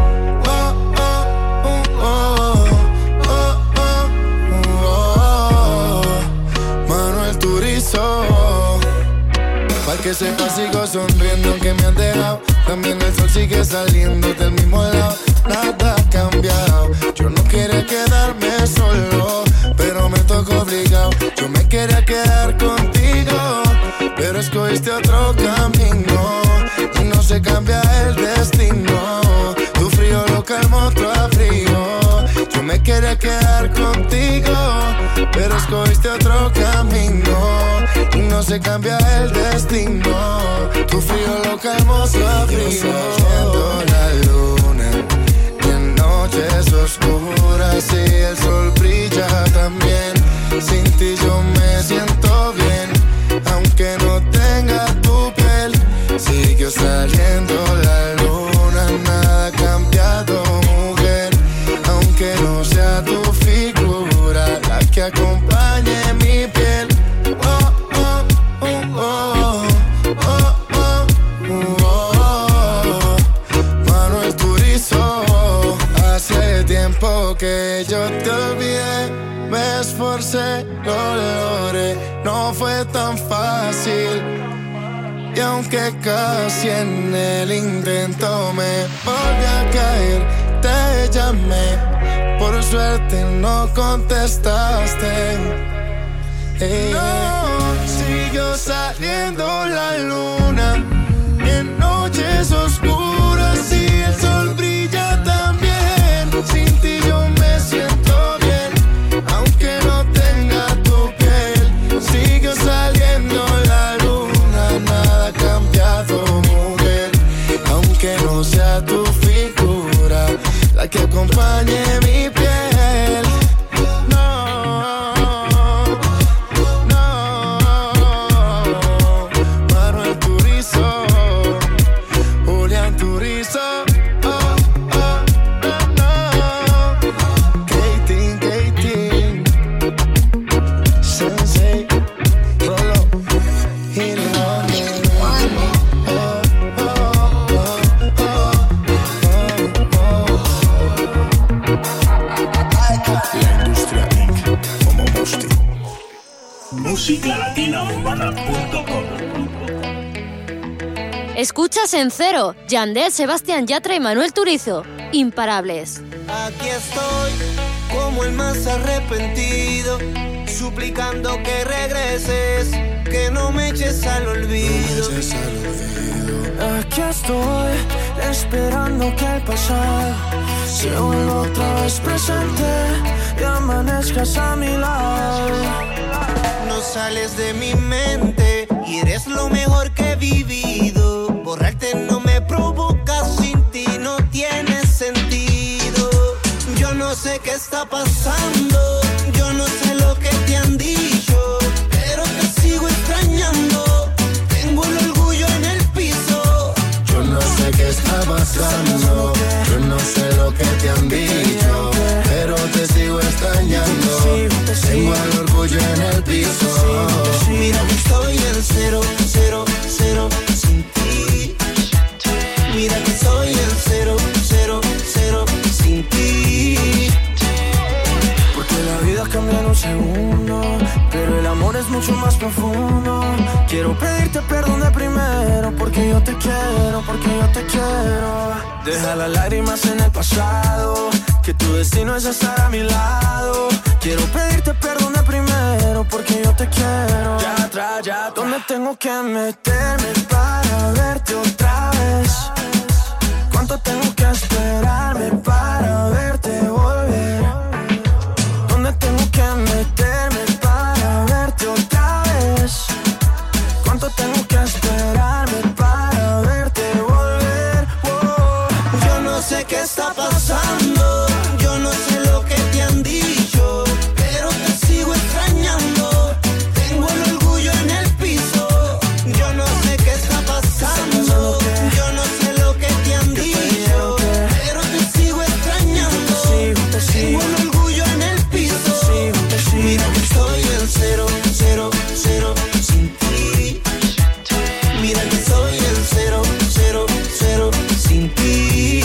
Manuel Turizo. Para que sepas sigo sonriendo aunque me han dejado. También el sol sigue saliendo del mismo lado. Nada ha cambiado. Yo no quería quedarme solo, pero me tocó obligado. Yo me quería quedar contigo, pero escogiste otro camino. Y no se cambia el destino. Tu frío lo calmó otro frío. Yo me quería quedar contigo, pero escogiste otro camino. Y no se cambia el destino. Tu frío lo calmó su frío. Saliendo la luna en noches oscuras y el sol brilla también. Sin ti yo me siento bien, aunque no tenga tu piel. Siguió saliendo la luna, nada ha cambiado, mujer. Aunque no sea tu figura la que acompañe mi piel. Manuel Turizo. Hace tiempo que yo te olvidé, me esforcé, lo logré, no fue tan fácil. Y aunque casi en el intento me volví a caer, te llamé, por suerte no contestaste. No, siguió saliendo la luna en noches oscuras y el sol brilla también. Sin ti yo me siento bien, aunque no tenga tu piel. Siguió saliendo la luna, nada ha cambiado, mujer. Aunque no sea tu figura la que acompañe mi piel. Escuchas En Cero, Yandel, Sebastián Yatra y Manuel Turizo. Imparables. Aquí estoy, como el más arrepentido, suplicando que regreses, que no me eches al olvido. Aquí estoy, esperando que el pasado se vuelva otra vez presente y amanezcas a mi lado. No sales de mi mente y eres lo mejor que he vivido. Borrarte no me provoca, sin ti no tiene sentido. Yo no sé qué está pasando, yo no sé lo que te han dicho, pero te sigo extrañando. Tengo el orgullo en el piso. Yo no sé qué está pasando, yo no sé lo que te han dicho, pero te sigo extrañando. Tengo el orgullo en el piso. Mira que estoy en 0, 0, 0 sin ti. Mira que estoy en 0, 0, 0 sin ti. Porque la vida cambia en un segundo, pero el amor es mucho más profundo. Quiero pedirte perdón de primero, porque yo te quiero, porque yo te quiero. Deja las lágrimas en el pasado, que tu destino es estar a mi lado. Quiero pedirte perdón de primero, porque yo te quiero. Ya atrás, ya ¿dónde tengo que meterme para verte otra vez? ¿Cuánto tengo que esperarme para verte volver? ¿Dónde tengo que meterme para verte otra vez? ¿Cuánto tengo que esperarme para verte volver? Oh. Yo no sé qué está pasando, yo no sé lo que te han dicho, pero te sigo extrañando. Tengo el orgullo en el piso. Yo no sé qué está pasando, yo no sé lo que te han dicho, pero te sigo extrañando. Tengo el orgullo en el piso. Mira que estoy en 0, 0, 0 sin ti. Mira que estoy en 0, 0, 0 sin ti.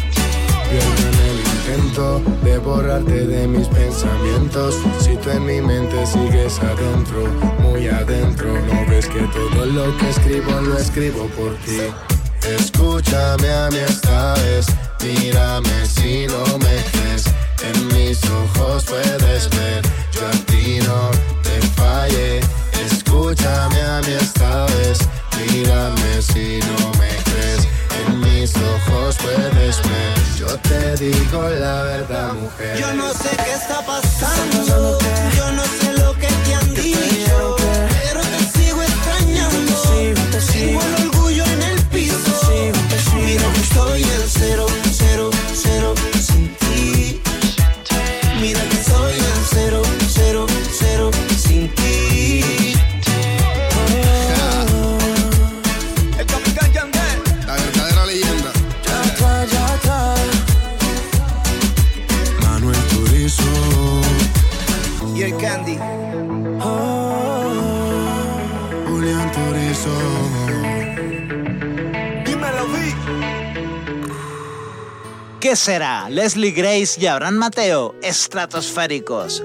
Pierdo en el intento de borrarte de mis pensamientos. Si tú en mi mente sigues adentro, muy adentro. No ves que todo lo que escribo lo escribo por ti. Escúchame a mí esta vez, mírame si no me crees. En mis ojos puedes ver, yo a ti no te fallé. Escúchame a mí esta vez, mírame si no me crees. En mis ojos puedes ver, yo te digo la verdad, mujer. Yo no sé qué está pasando, yo no sé lo que te han dicho, pero te sigo extrañando. Tengo el orgullo en el piso. Mira que estoy en 0, 0, 0 sin ti. Mira que estoy en 0, 0, 0 sin ti. El Capitán Yandel, la verdadera leyenda. Manuel Turizo Y el Candy. Julián Turizo. Dímelo, vi. ¿Qué será? Leslie Grace y Abraham Mateo, estratosféricos.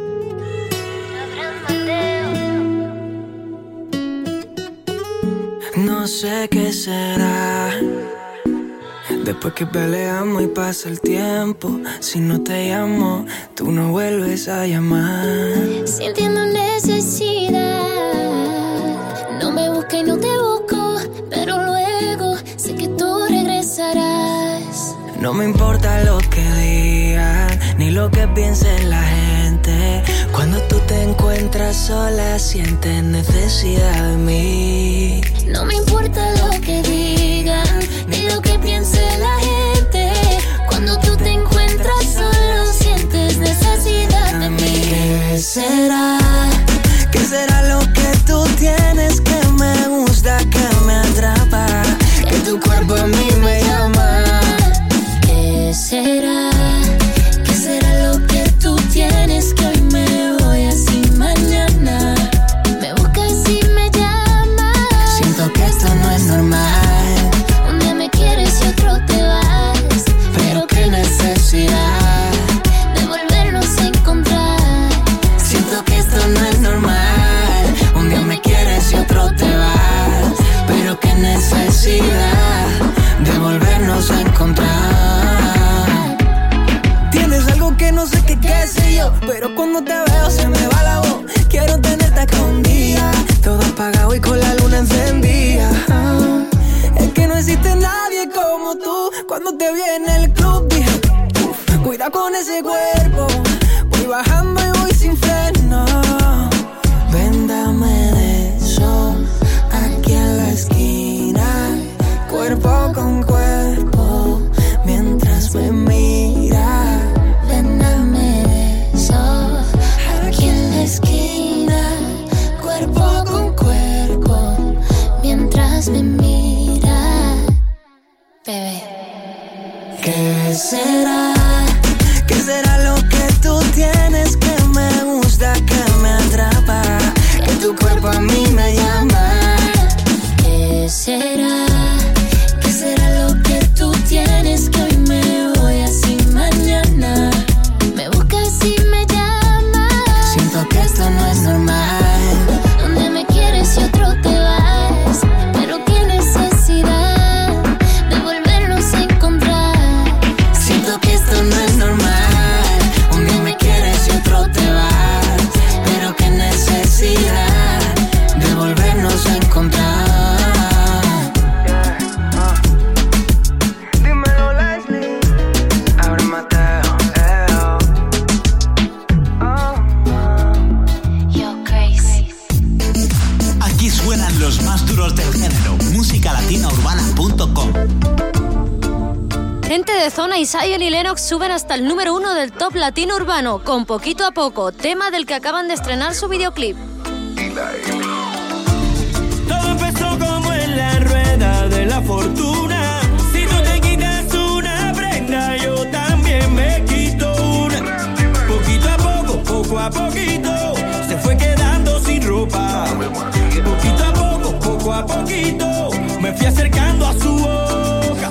No sé qué será. Después que peleamos y pasa el tiempo, si no te llamo, tú no vuelves a llamar. Sintiendo necesidad, no me busques y no te busco, pero luego sé que tú regresarás. No me importa lo que digan, ni lo que piense la gente. Cuando tú te encuentras sola, sientes necesidad de mí. No me importa lo que digan, ni lo que piense la gente. Cuando tú te encuentras solo, sientes necesidad de mí. ¿Qué será? ¿Qué será lo que tú tienes que me gusta, que me atrapa? Que tu cuerpo a mí me llama. ¿Qué será? ¿Qué será lo que tú tienes que hoy me voy así mañana? Me buscas y me llamas. Siento que esto no es normal. Un día me quieres y otro te vas. Pero qué necesidad de volvernos a encontrar. Siento que esto no es normal. Un día me quieres y otro te vas. Pero qué necesidad Cuando te veo se me va la voz. Quiero tenerte acá un día, todo apagado y con la luna encendida. Es que no existe nadie como tú. Cuando te vi en el club dije, cuida con ese cuerpo. Voy bajando y voy sin freno. Ven, dame de eso, aquí en la esquina, cuerpo con cuerpo, mientras me mira. Ven, dame de eso, aquí en la esquina, cuerpo con cuerpo, mientras me mira. Bebé. ¿Qué será? ¿Qué será lo que tú tienes que me gusta, que me atrapa? Que tu cuerpo a mí me llama. ¿Qué será? ¿Qué será lo que tú tienes que hoy me voy así mañana? Me buscas y me llamas. Siento que esto no es normal. Donde me quieres y otro te vas. Pero qué necesidad de volvernos a encontrar. Siento que esto no es normal. Un día me quieres y otro te vas. Pero qué necesidad de volvernos a encontrar. Dímelo, Leslie. Abre Mateo. Yo crazy. Aquí suenan los más duros del género. Musicalatinaurbana.com. Gente de Zona y Zion y Lennox suben hasta el número 1 del Top Latino Urbano con Poquito a Poco, tema del que acaban de estrenar su videoclip. Todo empezó como en la rueda de la fortuna. Si tú te quitas una prenda, yo también me quito una. Poquito a poco, poco a poquito, se fue quedando sin ropa. Poquito a poco, poco a poquito, me fui acercando a su boca.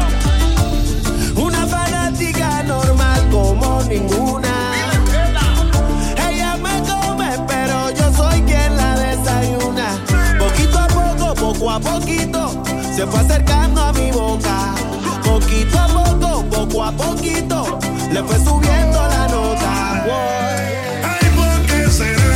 Una fanática normal como ninguna. Ella me come, pero yo soy quien la desayuna. Poquito a poco, poco a poquito, se fue acercando a mi boca. Poquito a poco, poco a poquito, le fue subiendo la nota. Ay, ¿por qué será?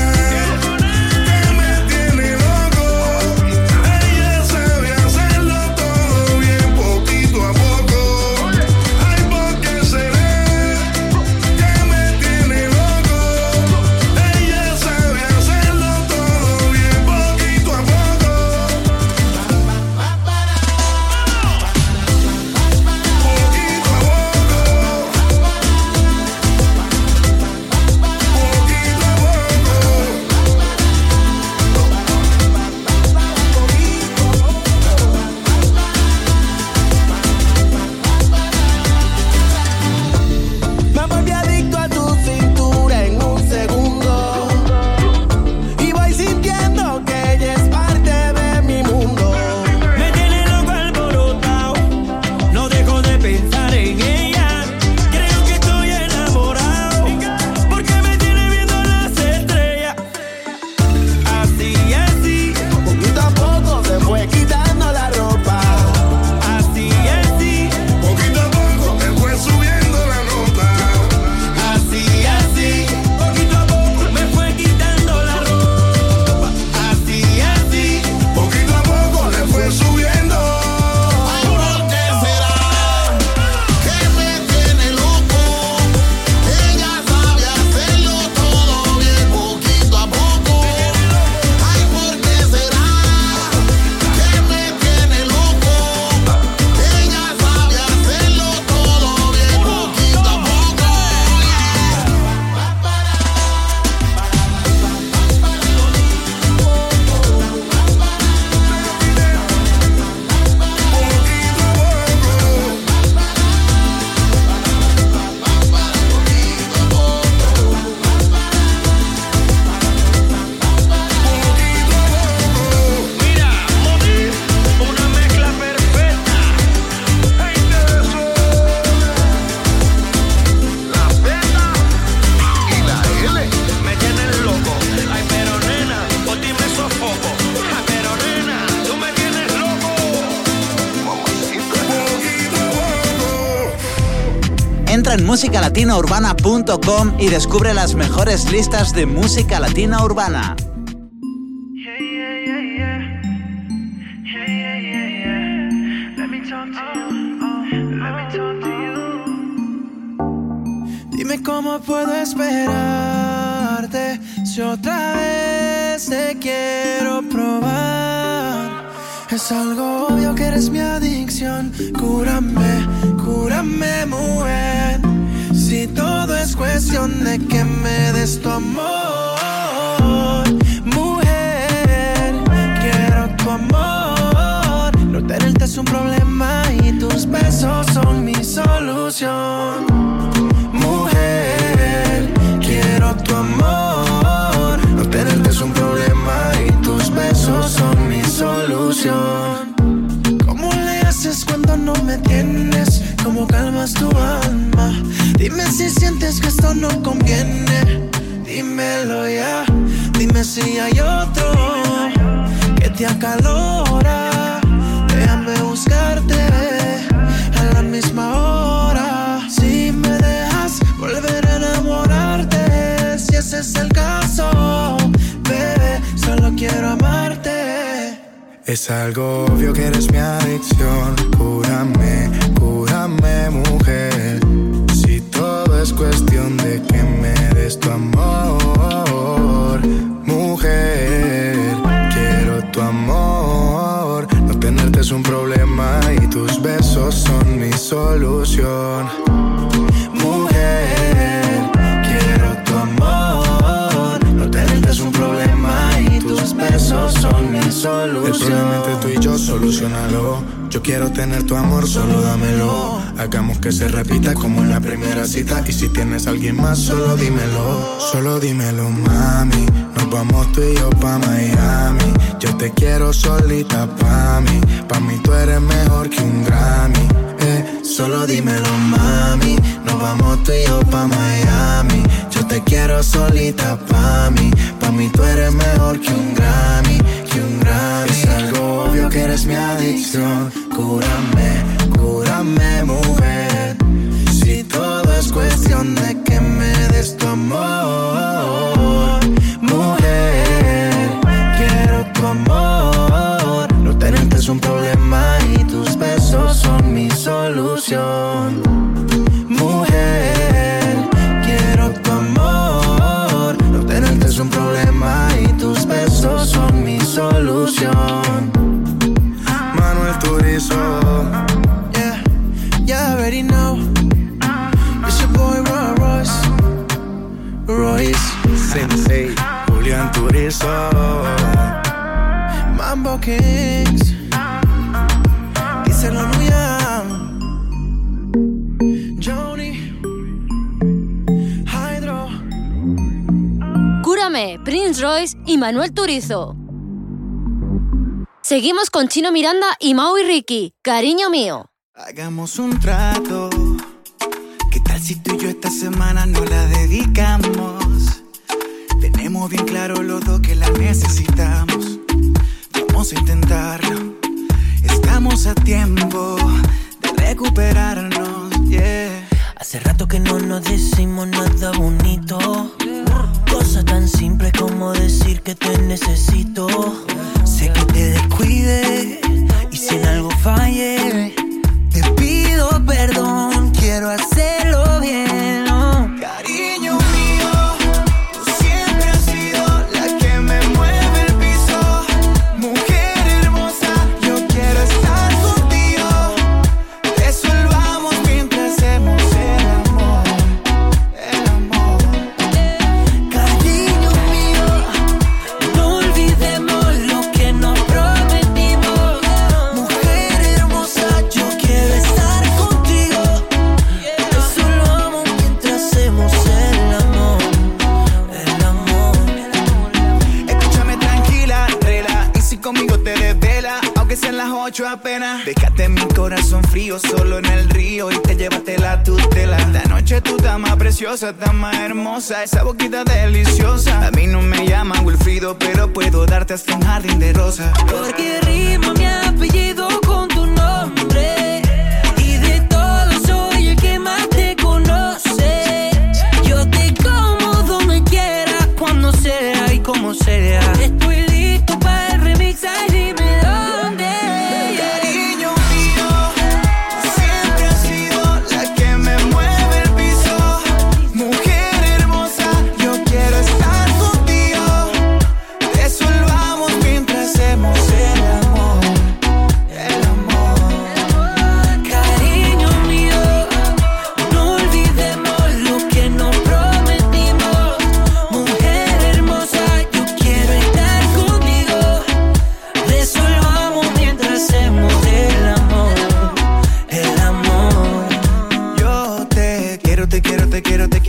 Entra en musicalatinaurbana.com y descubre las mejores listas de música latina urbana. Dime cómo puedo esperarte si otra vez te quiero probar. Es algo obvio que eres mi adicción. Cúrame, cúrame, mujer. Si todo es cuestión de que me des tu amor, mujer, quiero tu amor. No tenerte es un problema y tus besos son mi solución. Mujer, quiero tu amor. No tenerte es un problema y tus besos son mi solución. ¿Cómo le haces cuando no me tienes? ¿Cómo calmas tu alma? Dime si sientes que esto no conviene. Dímelo ya. Dime si hay otro que te acalora. Déjame buscarte a la misma hora. Si me dejas volver a enamorarte, si ese es el caso, bebé, solo quiero amarte. Es algo obvio que eres mi adicción. Cúrame, cúrame, mujer. Si todo es cuestión de que me des tu amor, mujer, quiero tu amor. No tenerte es un problema y tus besos son mi solución. Mujer, quiero tu amor. No tenerte es un problema y tus besos son mi solución. El problema entre tú y yo, solucionalo. Yo quiero tener tu amor, solo dámelo. Hagamos que se repita como en la primera cita. Y si tienes a alguien más, solo dímelo. Solo dímelo, mami. Nos vamos tú y yo pa' Miami. Yo te quiero solita pa' mí. Pa' mí tú eres mejor que un Grammy. Solo dímelo, mami. Nos vamos tú y yo pa' Miami. Yo te quiero solita pa' mí. Pa' mí tú eres mejor que un Grammy, que un Grammy. Es algo obvio que eres mi adicción. Cúrame, cúrame, mujer. Si todo es cuestión de que me des tu amor, mujer, quiero tu amor. No tenerte es un problema y tus besos son mi solución. Mujer, quiero tu amor. No tenerte es un problema y tus besos son mi solución. Manuel Turizo. Yeah, you already know. It's your boy Royce Sensei, Julián Turizo, Mambo Kings. Díselo Luyan, Johnny, Hydro. Cúrame, Prince Royce y Manuel Turizo. Seguimos con Chino Miranda y Mau y Ricky, Cariño Mío. Hagamos un trato. ¿Qué tal si tú y yo esta semana no la dedicamos? Tenemos bien claro los dos que la necesitamos. Vamos a intentarlo. Estamos a tiempo de recuperarnos, yeah. Hace rato que no nos decimos nada bonito. Cosa tan simple como decir que te necesito. Sé que te descuide y si en algo falle, te pido perdón, quiero hacerlo bien, ¿no? Cariño mío, tú siempre has sido la que me mueve el piso. Mujer hermosa, yo quiero estar contigo. Resolvamos mientras hacemos el amor, el amor. Cariño mío, no olvidemos lo que nos prometimos. Mujer hermosa, yo quiero estar contigo. Resolvamos mientras hacemos el amor, el amor. Escúchame tranquila, rela, y si conmigo te desvela, aunque sean las 8 apenas. Dejaste mi corazón frío solo en el río y te llevaste la tutela. Esta noche tú estás más preciosa, estás más hermosa, esa boquita deliciosa. A mí no me llaman Wilfrido, pero puedo darte hasta un jardín de rosa. Porque rima mi apellido con tu nombre y de todos soy el que más te conoce.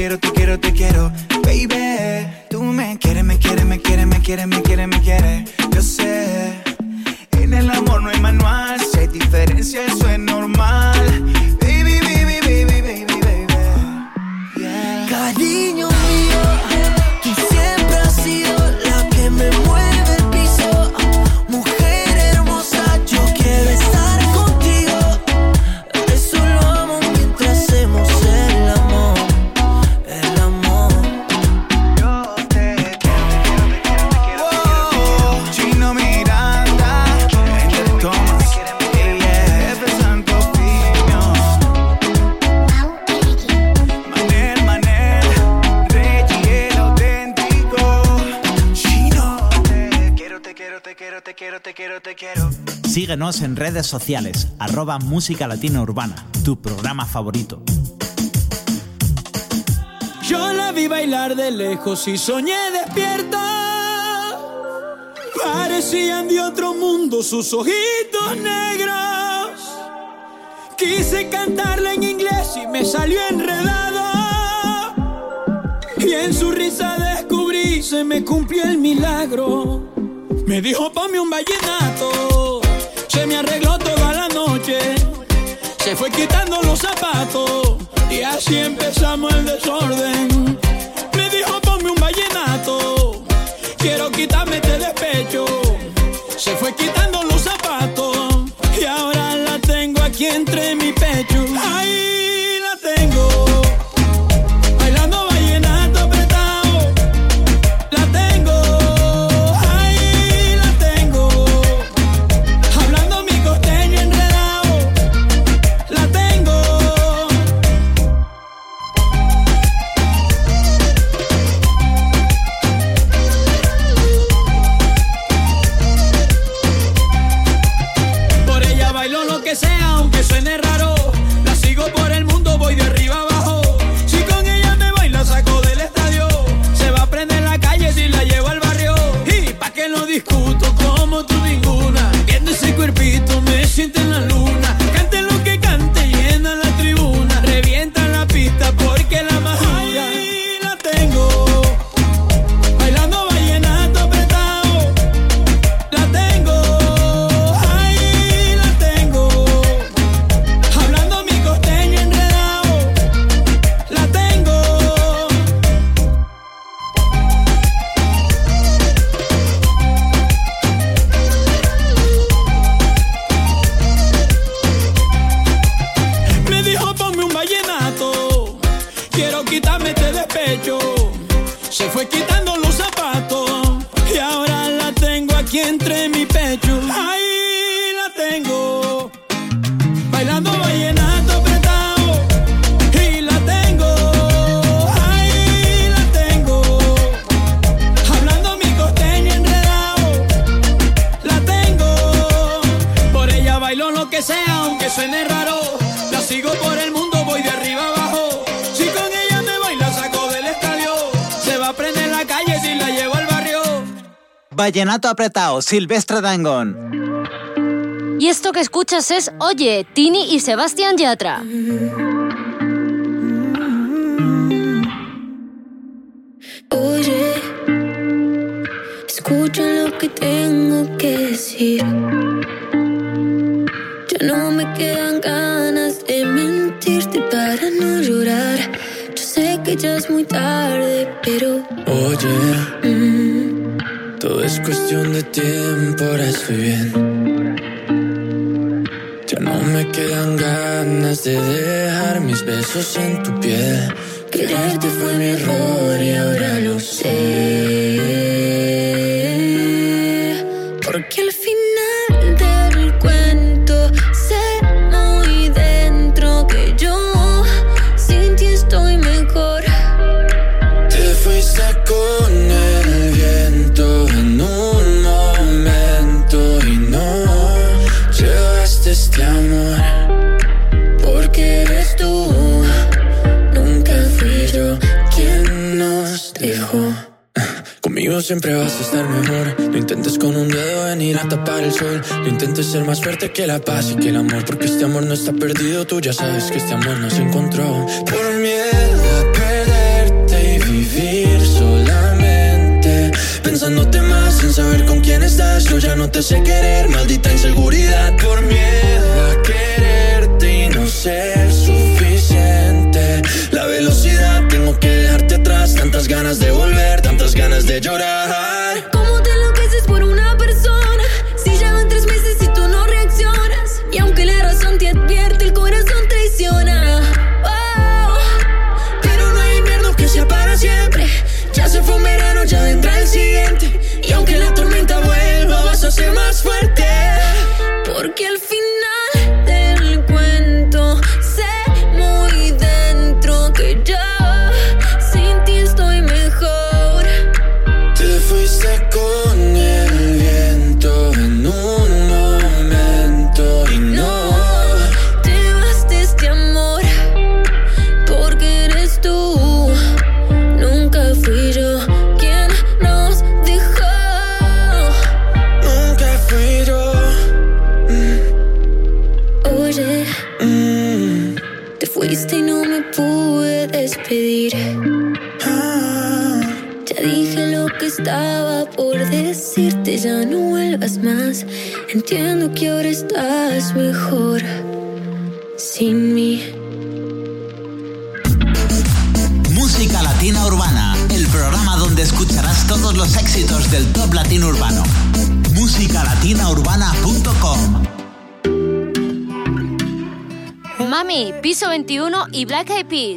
quiero, te quiero, te quiero. Baby, tú me quieres, me quieres, me quieres, me quieres, me quieres, me quieres. Yo sé, en el amor no hay manual. Si hay diferencia, eso es normal. Baby, baby, baby, baby, baby. Yeah. Cariño mío, tú siempre has sido la que me mueve el piso. Mujer hermosa, yo quiero estar contigo. Eso lo amo mientras hacemos el amor. El amor. Yo te quiero, te quiero, te quiero, te quiero, te quiero. Chino Miranda, Angel Thomas, F. Santo Pino, Manel, Reggie el auténtico. Chino, te quiero, te quiero, te quiero, te quiero, te quiero, te quiero. Síguenos en redes sociales, @Música Latina Urbana, tu programa favorito. Yo la vi bailar de lejos y soñé despierta. Parecían de otro mundo sus ojitos negros. Quise cantarla en inglés y me salió enredado. Y en su risa descubrí, se me cumplió el milagro. Me dijo, ponme un vallenato. Se me arregló toda la noche. Se fue quitando los zapatos y así empezamos el desorden. Me dijo, ponme un vallenato. Quiero quitarme este despecho. Se fue quitando los zapatos y ahora la tengo aquí entre mi pecho. Ahí la tengo, bailando vallenato apretado. La tengo, ahí la tengo, hablando mi costeño enredado. La tengo. Por ella bailo lo que sea, aunque suene raro. La sigo por el mundo, voy de arriba abajo. Si con ella me baila, saco del estadio. Se va a prender la calle si la llevo al barrio. Y pa' que no discuto como tú ninguna. Viendo ese cuerpito me siento en la luna. Cante lo que cante, llena la tribuna. Revienta la pista porque la más dura. Ahí la tengo, bailando vallenato apretado. La tengo, ahí la tengo, hablando mi costeño enredado. La tengo. Me dijo, ponme un vallenato. Quiero quitarme este despecho. Se fue quitando los zapatos y ahora la tengo aquí entre mi pecho. Ahí la tengo, bailando vallenato apretado. Y la tengo, ahí la tengo, hablando mi costeño enredado. La tengo, por ella bailo lo que sea, aunque suene raro. La sigo por el mundo, voy de arriba abajo. Si con ella me baila, saco del estadio. Se va a prender la calle si la llevo al barrio. Vallenato apretado, Silvestre Dangond. Y esto que escuchas es Oye, Tini y Sebastián Yatra. Oye, escucha lo que tengo que decir. Ya no me quedan ganas de mentirte para no llorar. Yo sé que ya es muy tarde, pero Oye, todo es cuestión de tiempo, ahora estoy bien. Ya no me quedan ganas de dejar mis besos en tu piel. quererte fue mi error y ahora lo sé. Porque al final del cuento sé muy dentro que yo sin ti estoy mejor. Te fuiste con el viento en un momento y no llevaste este amor. Porque eres tú, nunca fui yo quien nos dejó. Conmigo siempre vas a estar mejor. No intentes con un dedo venir a tapar el sol. No intentes ser más fuerte que la paz y que el amor. Porque este amor no está perdido. Tú ya sabes que este amor no se encontró. Por miedo a perder pensándote más, sin saber con quién estás. Yo ya no te sé querer, maldita inseguridad. Por miedo a quererte y no ser suficiente. La velocidad, tengo que dejarte atrás. Tantas ganas de volver, tantas ganas de llorar. ¿Cómo te enloqueces por una persona? Si ya van 3 meses y tú no reaccionas. Y aunque la razón te advierte, el corazón traiciona. Oh, pero no hay invierno que sea para siempre. Ya se fue un verano, ya vendrá el siguiente. Y aunque la tormenta vuelva, vas a ser más fuerte. Porque al final del cuento sé muy dentro que yo sin ti estoy mejor. Te fuiste con el viento en un momento y no te vas de este amor. Porque eres tú, nunca fui yo quien nos dejó. Nunca fui yo. Oye, te fuiste y no me pude despedir. Ya dije lo que estaba por decirte, ya no vuelvas más. Entiendo que ahora estás mejor sin mí. Música Latina Urbana, el programa donde escucharás todos los éxitos del top latino urbano. musicalatinaurbana.com. Mami, Piso 21 y Black Eyed Peas.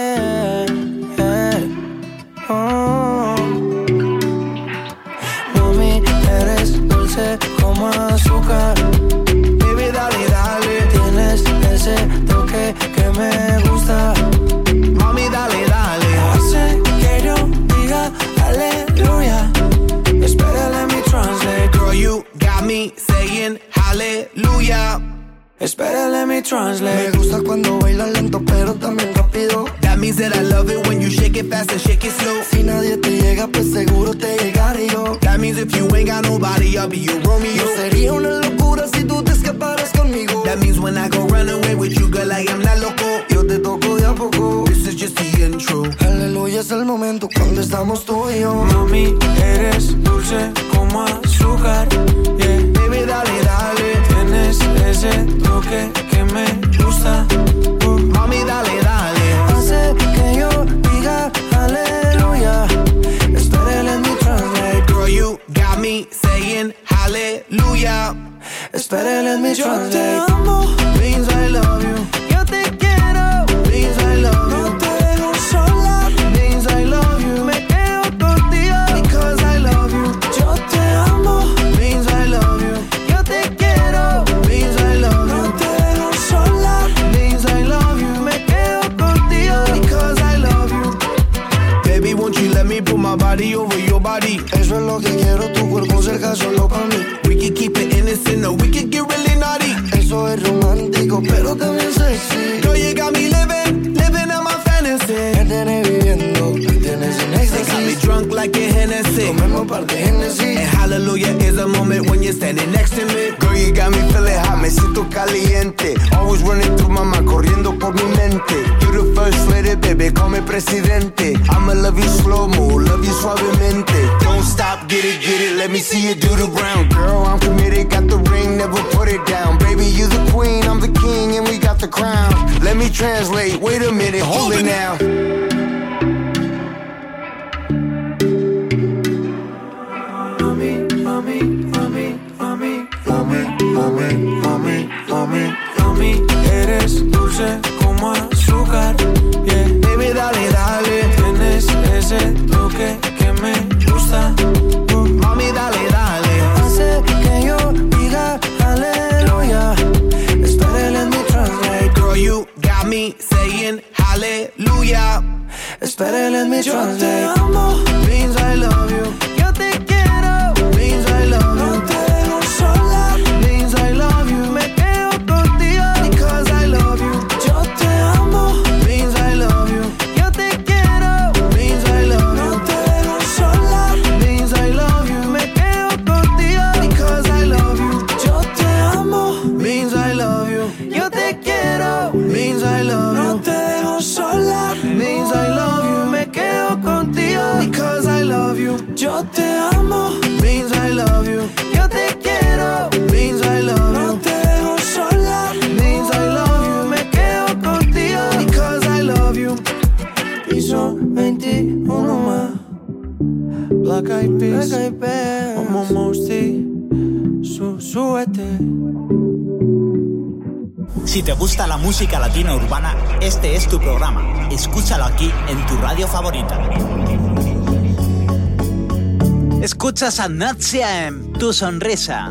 Mami, eres dulce como azúcar. Baby, dale, dale. Tienes ese toque que me gusta. Mami, dale, dale. Hace que yo diga aleluya. Espera, let me translate. Girl, you got me saying hallelujah. Espera, let me translate. Me gusta cuando bailas lento pero también rápido. That means that I love it when you shake it fast and shake it slow. Si nadie te llega, pues seguro te llegaré yo. That means if you ain't got nobody, I'll be your Romeo. No sería una locura si tú te escaparas conmigo. That means when I go run away with you, girl, I am not loco. Yo te toco de a poco. This is just the intro. Aleluya, es el momento cuando estamos tú y yo. Mami, eres dulce como azúcar. Yeah. Baby, dale, dale. Tienes ese toque que me gusta. Mami, dale, dale. Hace que yo diga aleluya. Espera, let me translate. Girl, you got me saying hallelujah. Espera, let me translate. Yo te amo, means I love you. Yo te quiero, means I love you. No te dejo sola, means I love you. Me quedo contigo, because I love you. Yo te amo, means I love you. Yo te quiero, means I love you. No te dejo sola, means I love you. Me quedo contigo, because I love you. Baby, won't you let me put my body over your body? Eso es lo que quiero, tu cuerpo cerca solo para mí. We can keep it innocent or we can get really naughty. Eso es romántico, pero también sexy. Girl, you got me living on my fantasy. Me tienes viviendo, me tienes en éxtasis. Got me drunk like a Hennessy. Comemos par de Hennessy. And hallelujah is a moment when you're standing next to me. Girl, you got me feeling hot, me siento caliente. Always running through my mind, corriendo por mi mente. You the first lady, baby, call me presidente. I'ma love you slow-mo, love you suavemente. Don't stop, get it, let me see you do the ground. Girl, I'm committed, got the ring, never put it down. Baby, you the queen, I'm the king, and we got the crown. Let me translate, wait a minute, hold it now. Mami, eres dulce como azúcar. Yeah. Baby, dale, dale. Tienes ese toque que me gusta. Mami, dale, dale. Hace que yo diga aleluya. Espera, let me translate. Girl, you got me saying hallelujah. Espera, let me translate. Yo te amo, means I love you. Yo te quiero, means I love you. No te dejo sola, means I love you. Me quedo contigo, because I love you. Yo te amo, means I love you. Yo te quiero, means I love you. No te dejo sola, means I love you. Me quedo contigo, because I love you. Yo te amo, means I love you. Yo te quiero, means I love you. No te dejo sola, means I love you. Me quedo contigo, because I love you. you. Yo te amo, means I love you. Yo te quiero, means I love you. No te dejo sola, means I love you. Me quedo contigo, because I love you. Piso 21 más. Black Eyed Peas, como Mosty, súbete. Si te gusta la música latina urbana, este es tu programa. Escúchalo aquí en tu radio favorita. Escuchas a Natsia en Tu Sonrisa.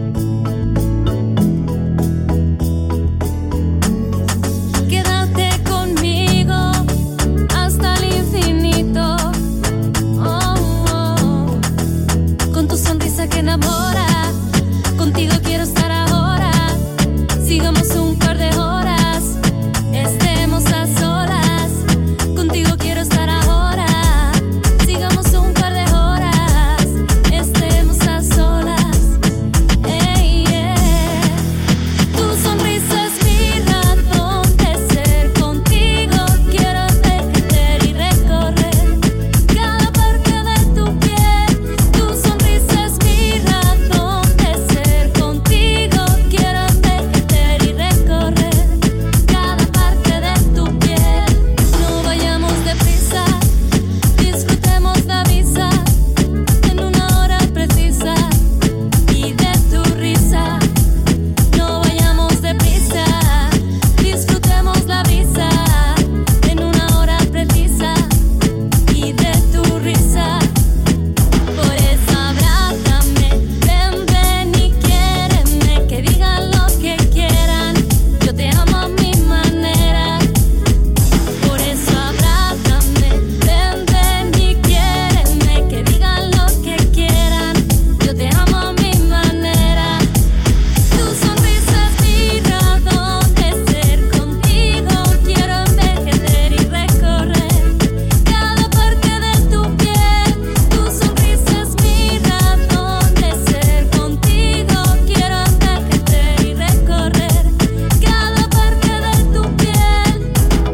Quédate conmigo hasta el infinito. Oh, oh. Con tu sonrisa que enamora. Contigo quiero estar ahora. Sigamos un par de horas. Estemos a solas. Contigo quiero estar ahora. Sigamos un par de horas. Estemos a solas. Hey, yeah. Tu sonrisa es mi razón de ser. Contigo quiero derretir y recorrer cada parte de tu piel. Tu sonrisa es mi razón de ser. Contigo quiero derretir y recorrer cada parte de tu piel. No vayamos deprisa, disfrutemos la visa en una hora precisa y de tu risa. No vayamos deprisa, disfrutemos la visa en una hora precisa y de tu risa. Por eso abrázame, ven y quiéreme, que digan lo que quieran, yo te amo a mi manera. Por eso abrázame, ven y quiéreme, que digan lo que quieran, yo te amo a mi manera. Tu sonrisa es mi razón de ser. Contigo quiero envejecer y recorrer cada parte de tu piel. Tu sonrisa es mi razón de ser. Contigo quiero envejecer y recorrer cada parte de tu piel.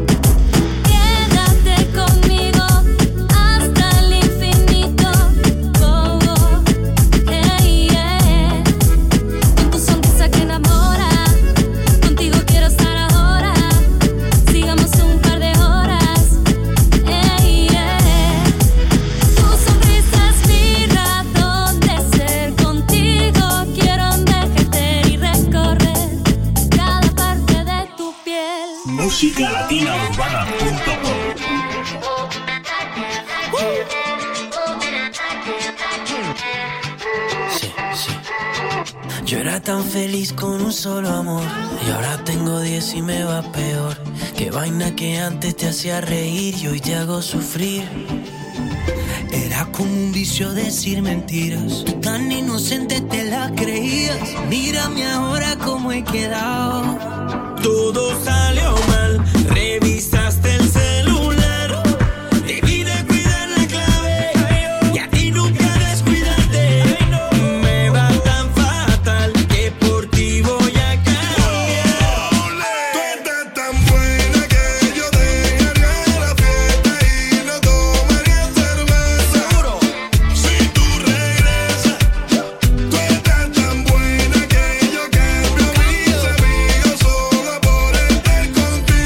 Quédate conmigo hasta el infinito. Oh, oh, hey, yeah. Con tu sonrisa que enamora. Contigo quiero estar ahora. Sigamos un par de horas. Hey, yeah. Tu sonrisa es mi razón de ser. Contigo quiero envejecer y recorrer cada parte de tu piel. musicalatinaurbana.com. Yo era tan feliz con un solo amor y ahora tengo 10 y me va peor. Qué vaina que antes te hacía reír y hoy te hago sufrir. Era como un vicio decir mentiras. Tú tan inocente te la creías. Mírame ahora cómo he quedado. Todo salió mal, revisaste el celular. Debí de cuidar la clave y a ti nunca descuidarte. Me va tan fatal que por ti voy a cambiar. Tú estás tan buena que yo dejaría la fiesta y no tomaría cerveza. Si tú regresas, tú estás tan buena que yo cambio a mis amigos solo por estar contigo.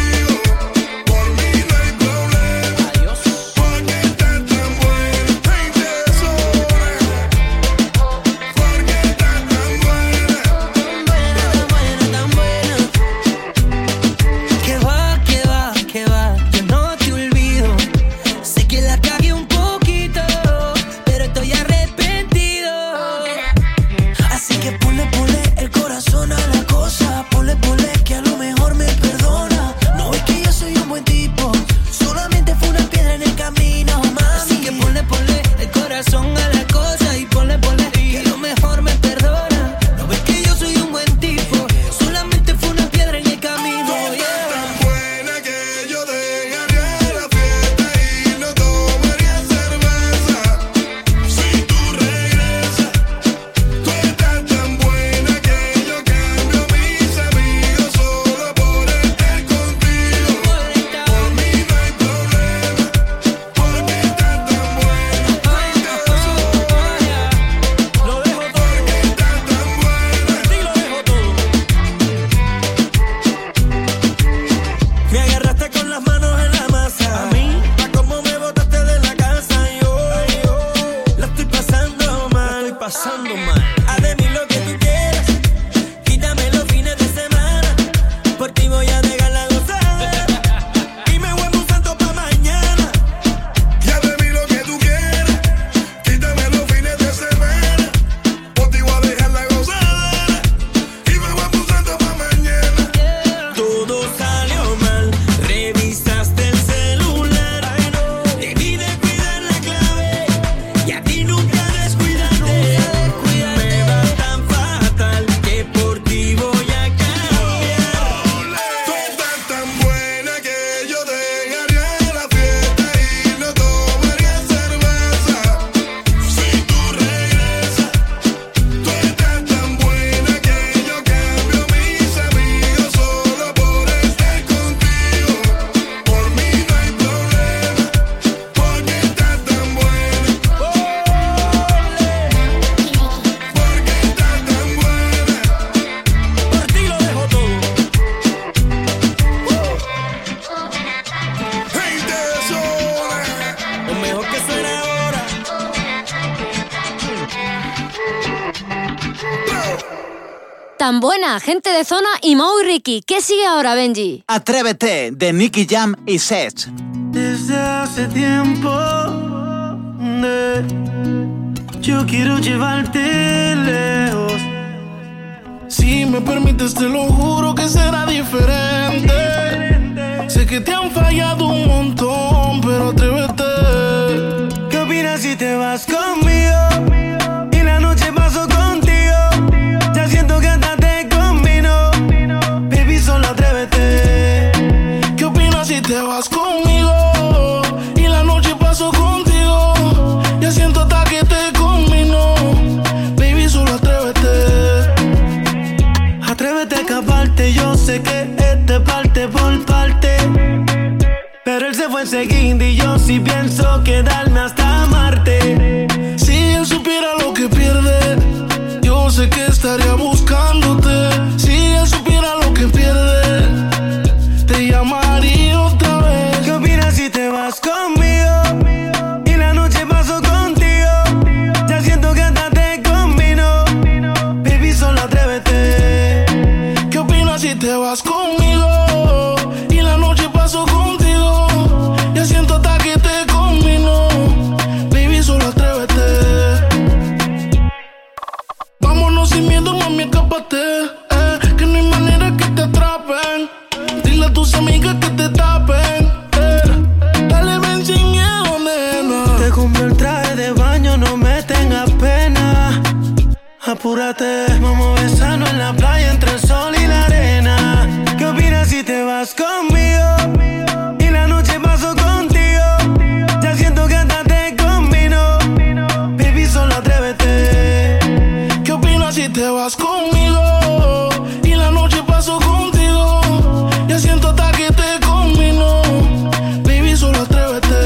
Tan buena, gente de zona y Mau y Ricky. ¿Qué sigue ahora, Benji? Atrévete, de Nicky Jam y Sech. Desde hace tiempo yo quiero llevarte lejos. Si me permites te lo juro que será diferente. Sé que te han fallado un montón, pero atrévete. ¿Qué opinas si te vas conmigo? Y la noche paso contigo. Ya siento que hasta te combino. Baby, solo atrévete. ¿Qué opinas si te vas conmigo? Y la noche paso contigo. Ya siento hasta que te combino. Baby, solo atrévete. Atrévete a escaparte. Yo sé que es de parte por parte, pero él se fue enseguida y yo sí pienso quedarme hasta Marte. Si él supiera lo que pierde, yo sé que estaría buscándote. Si él supiera lo que pierde, te llamaría otra vez. ¿Qué opinas si te vas conmigo? Y la noche paso contigo. Ya siento que hasta te combino. Baby, solo atrévete. ¿Qué opinas si te vas conmigo? Y la noche paso contigo. Ya siento hasta que te combino. Baby, solo atrévete. Vámonos sin miedo, mami, escápate. Que no hay manera que te atrapen. Dile a tus amigas que te tapen. Dale, ven sin miedo, nena. Te compré el traje de baño, no me tengas pena. Apúrate, vamos a besarnos en la playa entre el sol y la arena. ¿Qué opinas si te vas conmigo? Y la noche paso contigo. Ya siento que hasta te combino. Baby, solo atrévete. ¿Qué opinas si te vas conmigo? Y la noche paso contigo. Ya siento hasta que te combino. Baby, solo atrévete.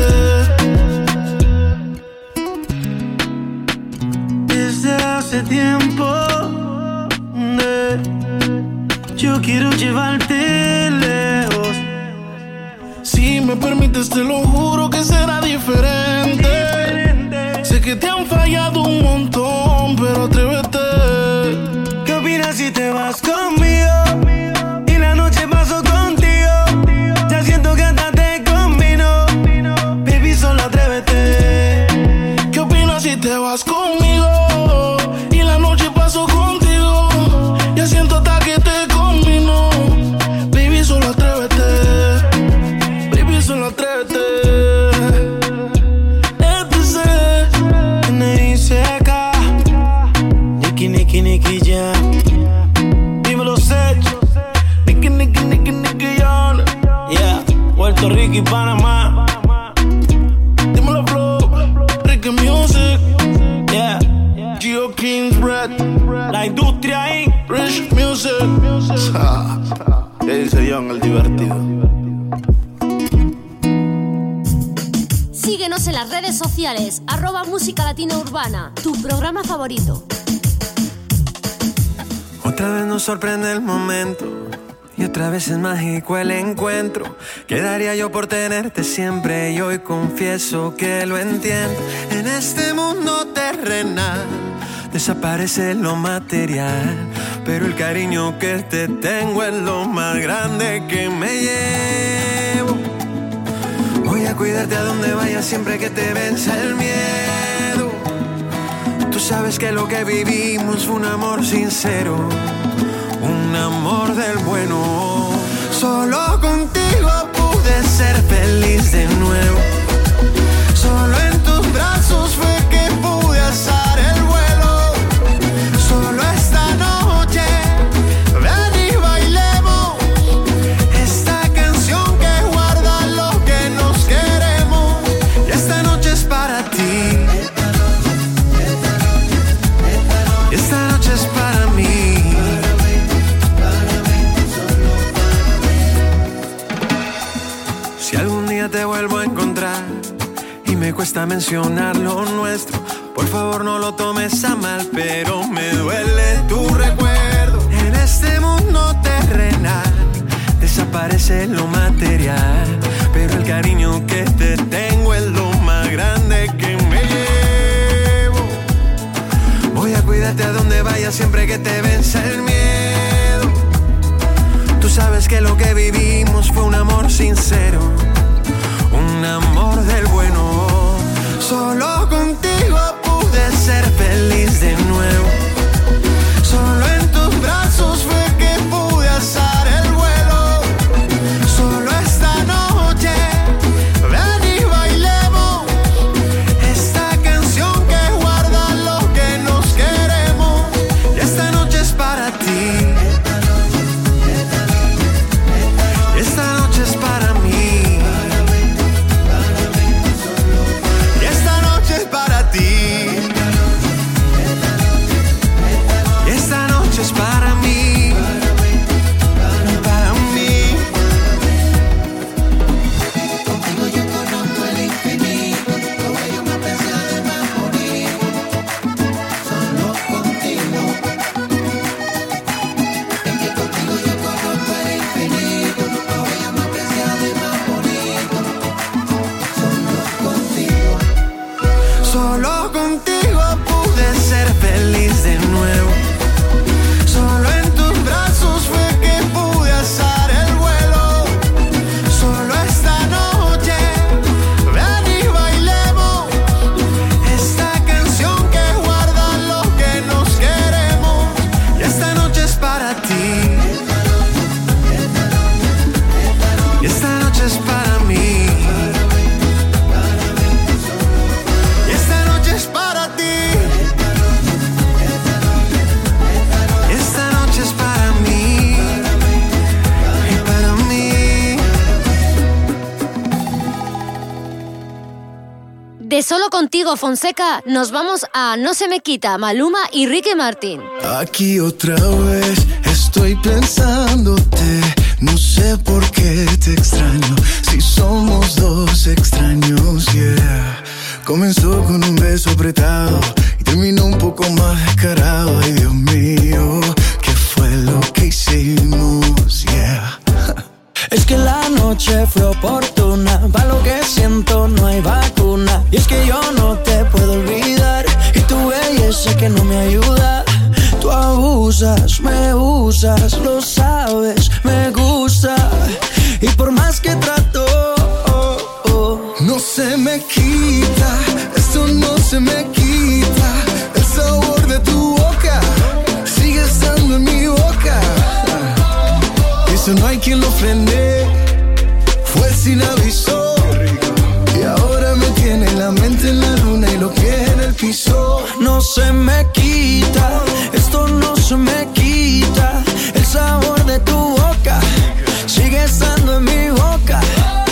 Desde hace tiempo yo quiero llevarte lejos. Si me permites te lo juro que será diferente. Sé que te han fallado un montón, pero atrévete. ¿Qué opinas si te vas conmigo? Y la noche paso contigo. Ya siento que hasta te combino. Baby, solo atrévete. ¿Qué opinas si te vas conmigo? Y la noche paso contigo. Ya siento hasta que te combino. Baby, solo atrévete. Baby, solo atrévete. Nicky Jam. Dímelo, Sech. Nicky Jam. Yeah, Puerto Rico y Panamá. Dímelo, Flow. Ricky Music. Yeah, Geo Kings Red. la industria ahí. Rich Music. ¿Qué dice John, el divertido? Síguenos en las redes sociales, @Música Latina Urbana, tu programa favorito. Otra vez nos sorprende el momento y otra vez es mágico el encuentro. Quedaría yo por tenerte siempre y hoy confieso que lo entiendo. En este mundo terrenal desaparece lo material, pero el cariño que te tengo es lo más grande que me llevo. Voy a cuidarte a donde vayas siempre que te venza el miedo. Tú sabes que lo que vivimos fue un amor sincero, un amor del bueno. Solo contigo pude ser feliz de nuevo. Solo en tus brazos fue que pude alzar el vuelo. Solo esta noche ven y bailemos esta canción que guarda lo que nos queremos. Y esta noche es para ti. Y esta noche es para mí. Si algún día te vuelvo a encontrar y me cuesta mencionar lo nuestro, por favor no lo tomes a mal, pero me duele tu recuerdo. En este mundo terrenal desaparece lo material, pero el cariño que te tengo es lo más grande que me llevo. Voy a cuidarte a donde vayas siempre que te venza el miedo. sabes que lo que vivimos fue un amor sincero, un amor del bueno. Solo contigo pude ser feliz de nuevo. Solo en tus brazos fue que pude alzar el vuelo. Solo esta noche ven y bailemos esta canción que guarda lo que nos queremos. Y esta noche es para ti. Y esta noche es para mí. Y esta noche es para ti. Y esta noche es para mí. Para mí. Contigo yo conozco el infinito, lo bello más preciado y más bonito. Solo contigo. Es que contigo yo conozco el infinito, lo bello más preciado y más bonito. Solo contigo. Solo contigo pude ser feliz de nuevo. Solo en tus brazos fue que pude alzar el vuelo. Solo esta noche ven y bailemos esta canción que guarda lo que nos queremos. Y esta noche es para ti. Y esta noche es para mí. Y esta noche es para ti. Y esta noche es para mí. Y para mí. De Solo Contigo, Fonseca, nos vamos a No se me quita, Maluma y Ricky Martin. Aquí otra vez estoy pensándote. No sé por qué te extraño. Si somos dos extraños, yeah. Comenzó con un beso apretado y terminó un poco más descarado. Ay, Dios mío, ¿qué fue lo que hicimos? Yeah. Es que la noche fue oportuna, pa' lo que siento no hay vacuna. Y es que yo no te puedo olvidar, y tu belleza que no me ayuda. Tú abusas, me usas, lo sabes, me gusta. Y por más que trato, no se me quita, esto no se me quita. El sabor de tu boca sigue estando en mi boca. Eso no hay quien lo frene, fue sin aviso. Y ahora me tiene la mente en la luna y los pies en el piso. no se me quita, esto no se me quita. El sabor de tu boca sigue estando en mi boca.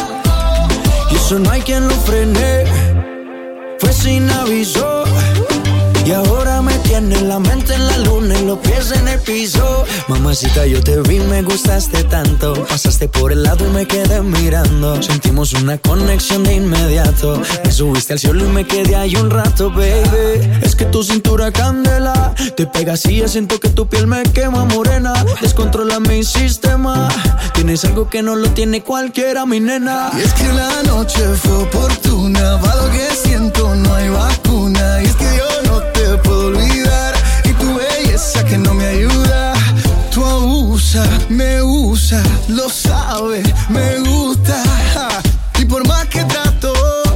Y eso no hay quien lo frene, fue sin aviso. Y ahora me tiene la mente en la luna y los pies en el piso. Mamacita, yo te vi, me gustaste tanto. Pasaste por el lado y me quedé mirando. Sentimos una conexión de inmediato. Me subiste al cielo y me quedé ahí un rato, baby. Es que tu cintura candela, te pegas y ya siento que tu piel me quema morena. Descontrola mi sistema, tienes algo que no lo tiene cualquiera, mi nena. Y es que la noche fue oportuna, para lo que siento no hay vacuna. Y es que yo no te puedo olvidar, y tu belleza que no me ayuda. Tú abusas, me usas, lo sabes, me gusta. Y por más que trato,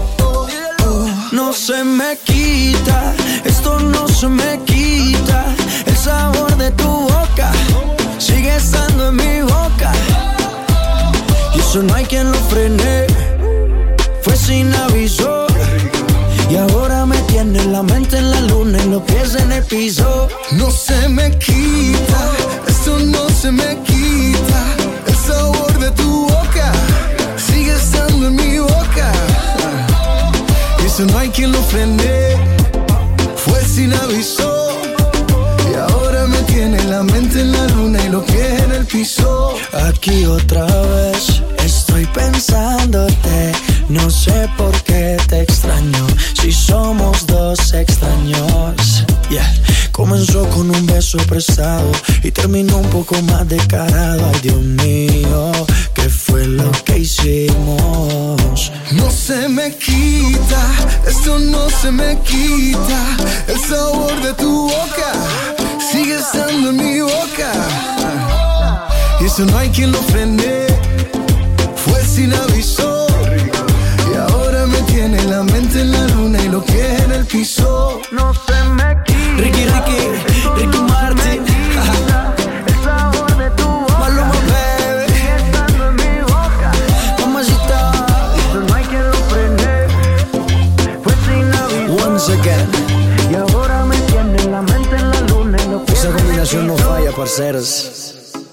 no se me quita, esto no se me quita. El sabor de tu boca sigue estando en mi boca. Y eso no hay quien lo frene, fue sin aviso. Y ahora me tiene la mente en la luna y los pies en el piso. No se me quita, esto no se me quita. El sabor de tu boca sigue estando en mi boca. Y eso no hay quien lo frene, fue sin aviso. Y ahora me tiene la mente en la luna y los pies en el piso. Aquí otra vez estoy pensándote, no sé por qué te extraño. Si somos dos extraños, yeah. Comenzó con un beso prestado y terminó un poco más descarado. Ay, Dios mío, ¿qué fue lo que hicimos? No se me quita, esto no se me quita. El sabor de tu boca sigue estando en mi boca. y eso no hay quien lo frene. Fue sin aviso y ahora me tiene la mente en la luna y lo que es en el piso. No se me quita Ricky Martin, el sabor de tu boca. Maluma, baby, Estando en mi boca, mamacita. eso no hay quien lo frene. Fue sin aviso Once again, y ahora me tiene la mente en la luna y lo que esa es en el combinación no piso. falla, parceros.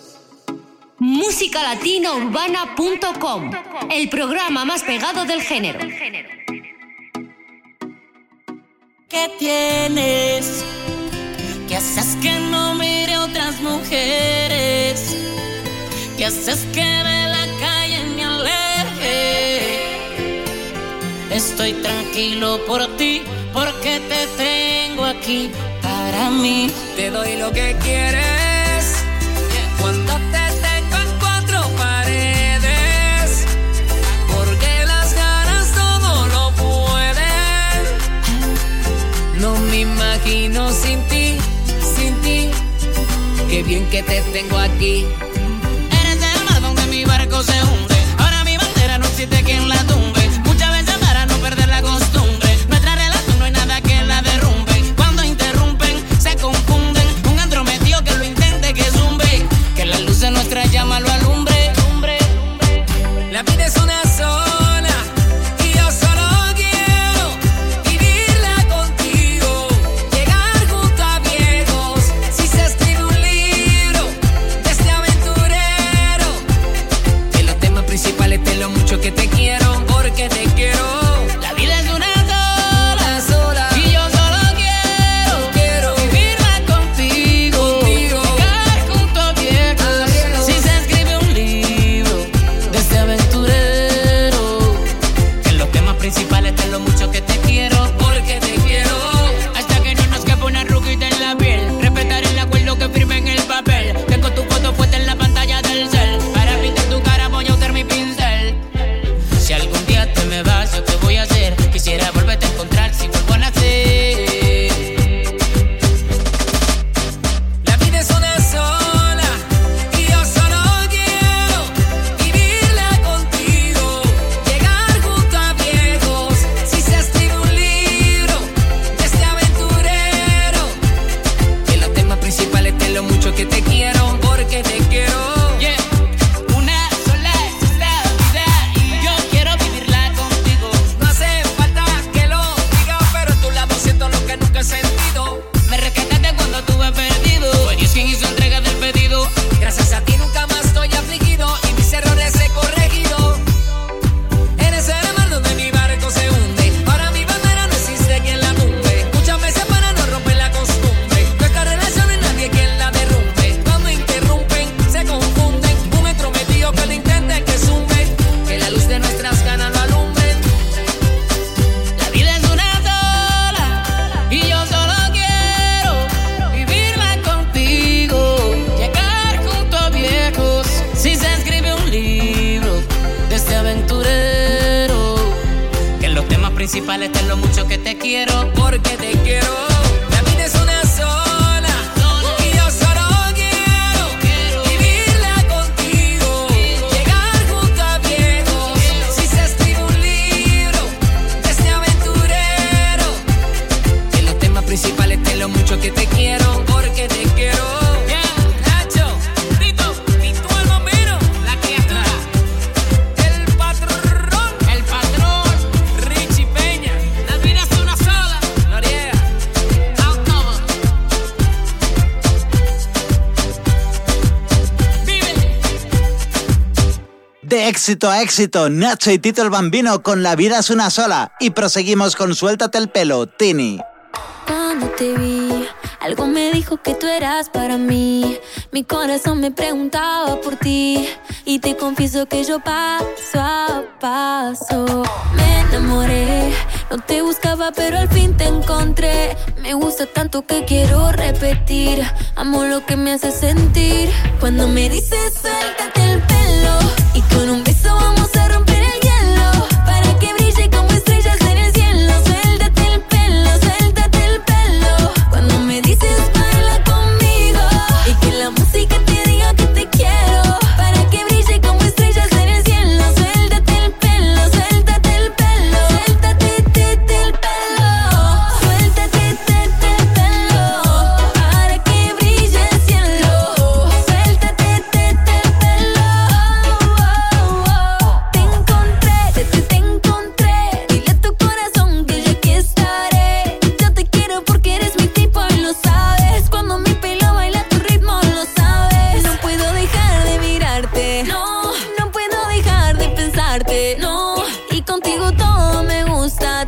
Musicalatinaurbana.com, el programa más pegado del género. ¿Qué tienes? ¿Qué haces que no mire a otras mujeres? ¿Qué haces que de la calle me aleje? Estoy tranquilo por ti, porque te tengo aquí para mí. Te doy lo que quieres cuando te tengo en cuatro paredes, porque las ganas todo lo pueden. No me imagino sin ti, qué bien que te tengo aquí. Eres el mar donde mi barco se hunde, ahora mi bandera no existe quien la tumbe. Muchas veces para no perder la costumbre, nuestra relación no hay nada que la derrumbe. Cuando interrumpen, se confunden, un andrometido que lo intente que zumbe, que la luz de nuestra llama lo alumbre. La vida es una sola y yo solo quiero vivirla contigo, llegar junto a viejos. Si se escribe un libro de este aventurero, de los temas principales de lo mucho que te quiero, porque te quiero. La vida es una sola y yo solo quiero vivirla contigo, llegar junto a viejos. Si se escribe un libro de este aventurero, que los temas principales de lo mucho que te quiero, porque te quiero. Hasta que no nos quepa una arruguita en la piel, respetar el acuerdo que firme en el papel. Tengo tu foto puesta en la pantalla del cel, para pintar tu cara voy a usar mi pincel. Si algún día te me vas, yo te voy a hacer. Quisiera volverte a encontrar si vuelvo a nacer. La vida es una sola y yo solo quiero vivirla contigo, llegar junto a viejos. Si se escribe un libro de este aventurero, que los temas principales de lo mucho que te quiero, porque te quiero. Yeah. Una sola es la vida y yo quiero vivirla contigo. No hace falta que lo diga, pero en tu lado siento lo que nunca he sentido. Me rescataste cuando estuve perdido, fue Dios quien hizo entrega del pedido. Gracias a ti nunca más estoy afligido y mis errores he corregido. Eres el mar donde mi barco se hunde, ahora mi bandera no existe quien la tumbe. Muchas veces para no romper la costumbre, nuestra relación no hay nadie quien la derrumbe. Cuando interrumpen, se confunden, un entrometido que lo intente que zumbe, que la luz de nuestras ganas lo alumbre. La vida es una sola y yo solo quiero vivirla contigo, llegar junto a viejos. Si se escribe un libro de este aventurero, que en los temas principales de lo mucho que te quiero, porque te quiero. La vida es una sola y yo solo quiero vivirla contigo, llegar junto a viejos. Si se escribe un libro de este aventurero, que los temas principales de lo mucho que te quiero, porque te quiero. Nacho, Rito, Tito el bombero, la criatura, el patrón, Richie Peña. La vida es una sola, Noriega, Outnova. Vive. De éxito a éxito, Nacho y Tito el Bambino con La vida es una sola. Y proseguimos con Suéltate el pelo, Tini. Cuando te vi, algo me dijo que tú eras para mí. Mi corazón me preguntaba por ti y te confieso que yo paso a paso me enamoré. No te buscaba pero al fin te encontré. Me gusta tanto que quiero repetir. Amo lo que me hace sentir cuando me dices suéltate el pelo y con un beso vamos a romper el hielo para que brille como estrellas en el cielo. Suéltate el pelo, suéltate el pelo. Cuando me dices baila conmigo y que la música te diga que te quiero. contigo todo me gusta,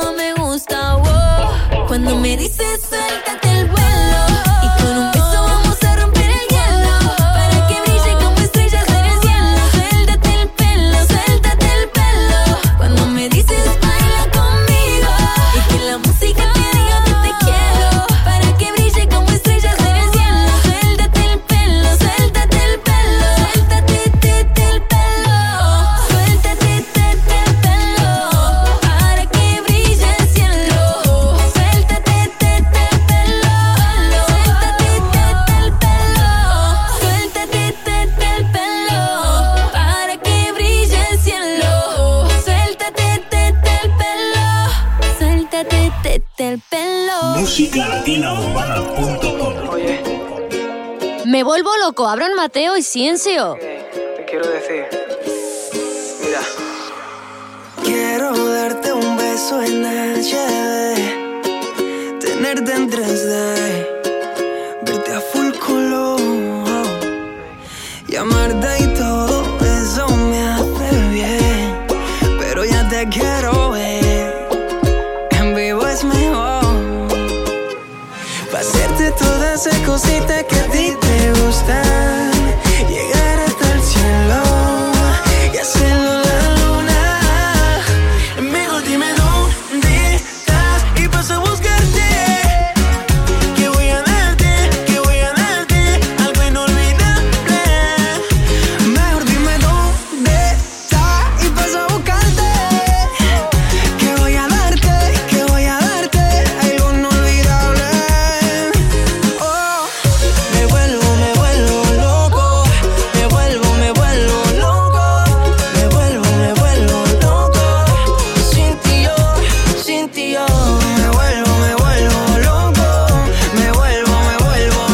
wow. Cuando me dices suéltate el vuelo y con un beso vamos a romper el hielo para que brille como estrellas en el cielo. Suéltate el pelo, cuando me dices baila conmigo y que la música te diga que te quiero para que brille como estrellas en el cielo. Suéltate el pelo, suéltate el pelo, suéltate el pelo, suéltate el pelo para que brille el cielo. Suéltate el pelo, suéltate el pelo, suéltate el pelo para que brille el cielo. Suéltate el pelo, suéltate el pelo. Musicalatinaurbana.com. Me vuelvo loco, Abraham Mateo y Ciencio. Te quiero decir, mira. Quiero darte un beso en HD, tenerte en 3D, verte a full color, llamarte y todo eso me hace bien, pero ya te quiero ver, en vivo es mejor, pa' hacerte todas esas cositas que a ti te gustan, llegar hasta el cielo y hacerlo la luna. Mejor dime dónde estás y paso a buscarte, que voy a darte algo inolvidable. Mejor dime dónde estás y paso a buscarte, que voy a darte algo inolvidable. Oh, me vuelvo loco, me vuelvo loco, me vuelvo loco, sin ti yo, me vuelvo loco, me vuelvo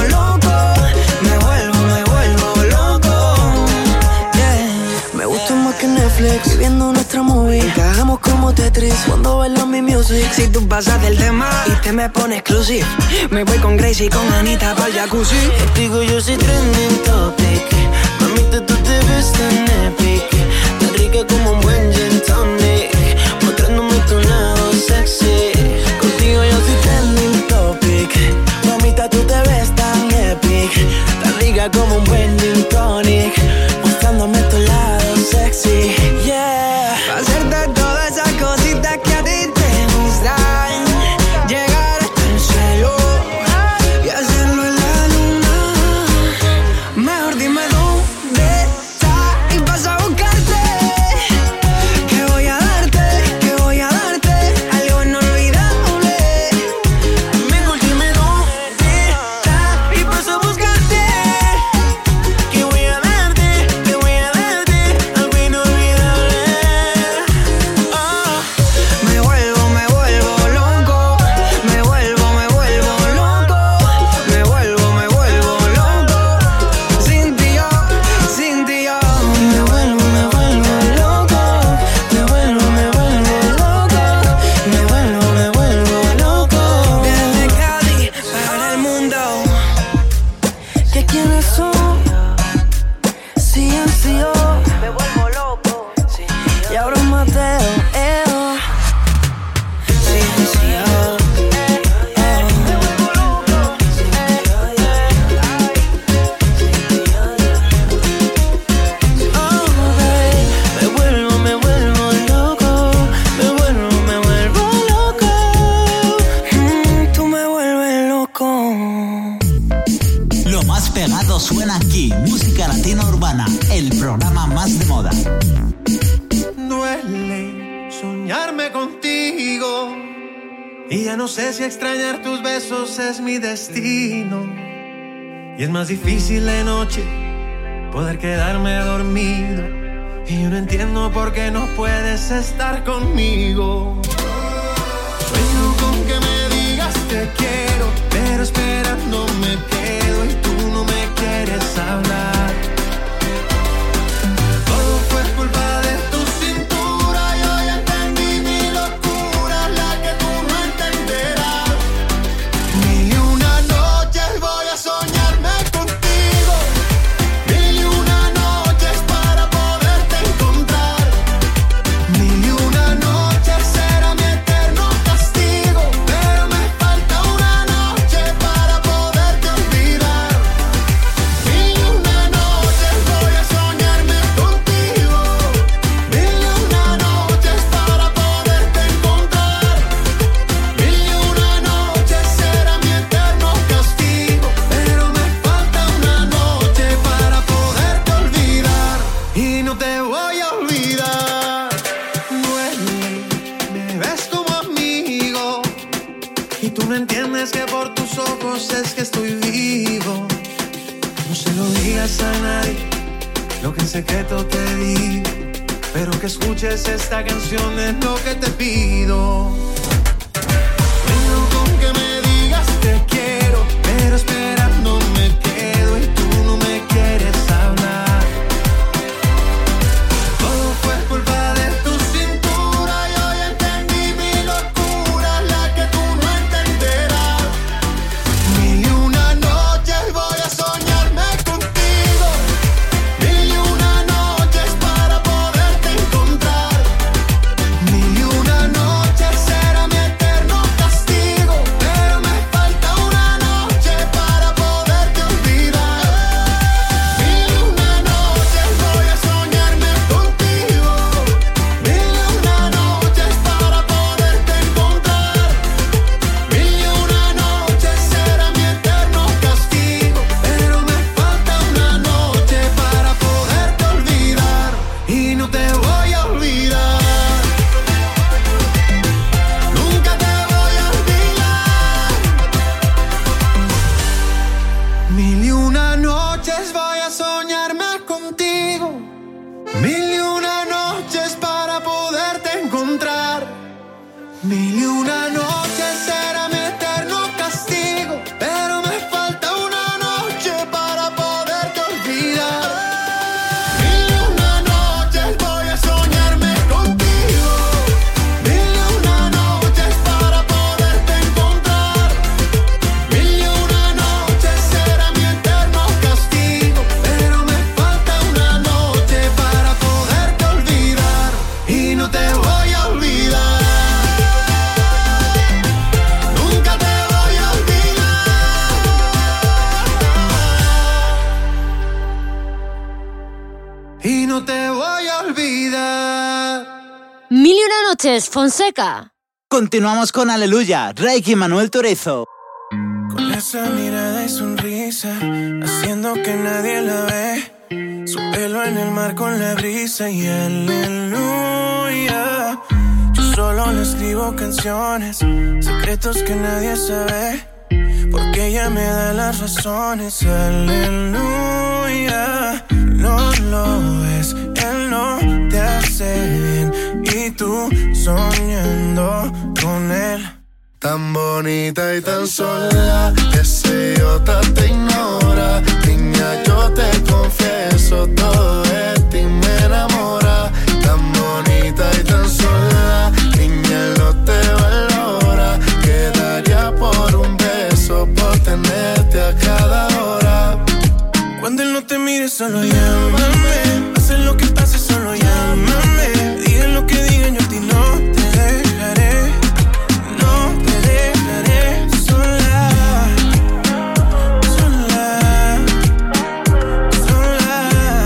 loco, yeah. Me gusta más que Netflix, viviendo nuestra movie, encajamos como Tetris cuando bailo mi music. Si tú pasas del tema y te me pones exclusive, me voy con Gracie y con Anita pa'l jacuzzi. Contigo yo soy trending topic, mamita tú te ves tan epic, tan rica como un buen gin tonic, mostrándome tu lado sexy. Contigo yo soy trending topic, mamita tú te ves tan epic, tan rica como un buen gin tonic, mostrándome tu lado sexy. Yeah, pa' hacerte todas esas cositas que a ti te gustan, llegar hasta el cielo y hacerlo en la luna. Mejor dime dónde estás y paso a buscarte, que voy a darte algo inolvidable. Mejor dime dónde estás y paso a buscarte, que voy a darte algo inolvidable. Oh, me vuelvo loco, me vuelvo loco, sin ti yo, me vuelvo loco, me vuelvo loco. Desde Cali para el mundo, ¿que quiénes son? Ciencio, me vuelvo loco, y ahora Mateo, Ciencio. Me vuelvo loco, tú me vuelves loco. Lo más pegado suena aquí. Música Latina Urbana, el programa más de moda. Duele soñarme contigo y ya no sé si extrañar tus besos es mi destino. Y es más difícil de noche poder quedarme dormido, y yo no entiendo por qué no puedes estar conmigo. Sueño con que me digas te quiero, pero esperando me quedo y tú no me quieres hablar. Todo fue culpa de tu cintura, yo ya entendí mi locura, la que tú no entenderás. Mil y una noches voy a soñarme contigo, mil y una noches para poderte encontrar, mil y una digas a nadie lo que en secreto te digo, pero que escuches esta canción es lo que te pido. Vengo con que me digas te quiero, pero esperando me quedo y tú no me quieres hablar. Todo fue culpa de tu cintura y hoy entendí mi locura, la que tú no entenderás. Mil y una noches voy a soñarme contigo, mil y una noches para poderte encontrar, mil y una noches será mi eterno castigo, pero me falta una noche para poderte olvidar. Mil y una noches voy a soñarme contigo, mil y una noches para poderte encontrar, mil y una noches será mi eterno castigo, pero me falta una noche para poderte olvidar y no te voy a olvidar. Nunca te voy a olvidar. Mil y una noches voy a soñarme contigo, mil y una noches para poderte encontrar, mil y una noches será mi eterno castigo, pero me falta una noche para poderte olvidar. Mil y una noches voy a soñarme contigo, mil y una noches para poderte encontrar, mil y una noches será mi eterno castigo, pero me falta una noche para poderte olvidar y no te voy a olvidar. Nunca te voy a olvidar. Y no te voy a olvidar. Mil y una noches, Fonseca. Continuamos con Aleluya, Reiki Manuel Turizo. Con esa mirada y sonrisa, haciendo que nadie la ve. Su pelo en el mar con la brisa y aleluya. Yo solo le escribo canciones, secretos que nadie sabe, porque ella me da las razones. Aleluya. No lo ves, él no te hace bien y tú soñando con él. Tan bonita y tan sola, ese idiota te ignora. Niña, yo te confieso, todo de ti me enamora. Tan bonita y tan sola, niña, él no te valora. Quedaría por un beso, por tenerte a cada hora. Cuando él no te mire, solo llámame. Pase lo que pase, solo llámame. Digan lo que digan, yo a ti no te dejaré. No te dejaré sola. Sola. Sola.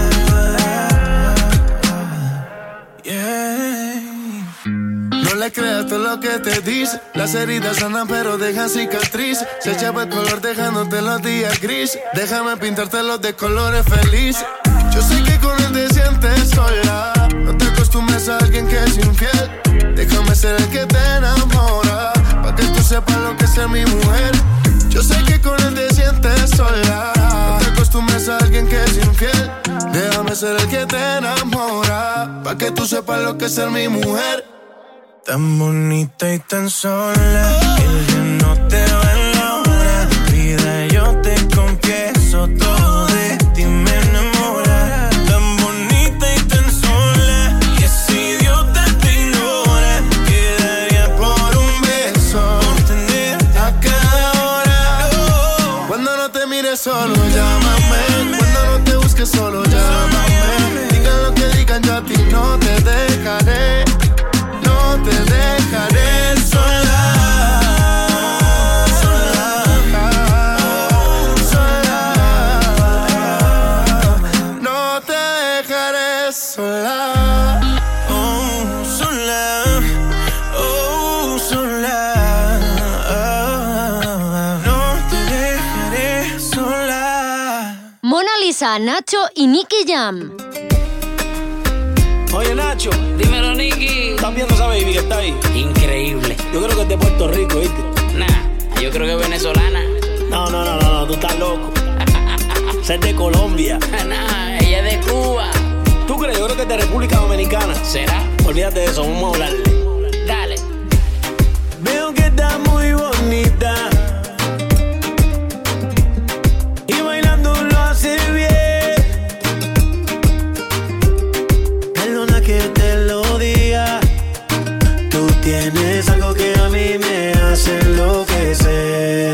Yeah. No le creas todo lo que te dice. Las heridas sanan pero dejan cicatriz. Se echaba el color dejándote los días gris. Déjame pintártelos de colores felices. Yo sé que con él te sientes sola. No te acostumbres a alguien que es infiel. Déjame ser el que te enamora, pa' que tú sepas lo que es ser mi mujer. Yo sé que con él te sientes sola. No te acostumbres a alguien que es infiel. Déjame ser el que te enamora, pa' que tú sepas lo que es ser mi mujer. Tan bonita y tan sola, ella no te valora. Vida, yo te confieso, todo de ti me enamora. Tan bonita y tan sola, y ese idiota te ignora. Quedaría por un beso, por tenerte a cada hora. Cuando no te mires solo, llámame. Cuando no te busques solo, llámame. Digan lo que digan, yo a ti no te dejaré. No te dejaré sola. Sola. Sola. No te dejaré sola. Oh, sola. Oh, sola. No te dejaré sola. Mona Lisa, Nacho y Nicky Jam. Oye, Nacho, dímelo, Nicky. ¿Estás viendo esa baby que está ahí? Increíble. Yo creo que es de Puerto Rico, ¿viste? Nah, yo creo que es venezolana. No, tú estás loco. Esa es de Colombia. Nah, ella es de Cuba. ¿Tú crees? Yo creo que es de República Dominicana. ¿Será? Olvídate de eso, vamos a hablarle. Dale. Veo que está muy bonita y bailando lo hace bien. Perdona que te lo diga, tú tienes algo que a mí me hace enloquecer.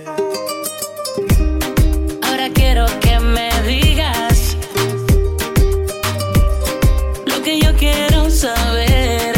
Ahora quiero que me digas lo que yo quiero saber.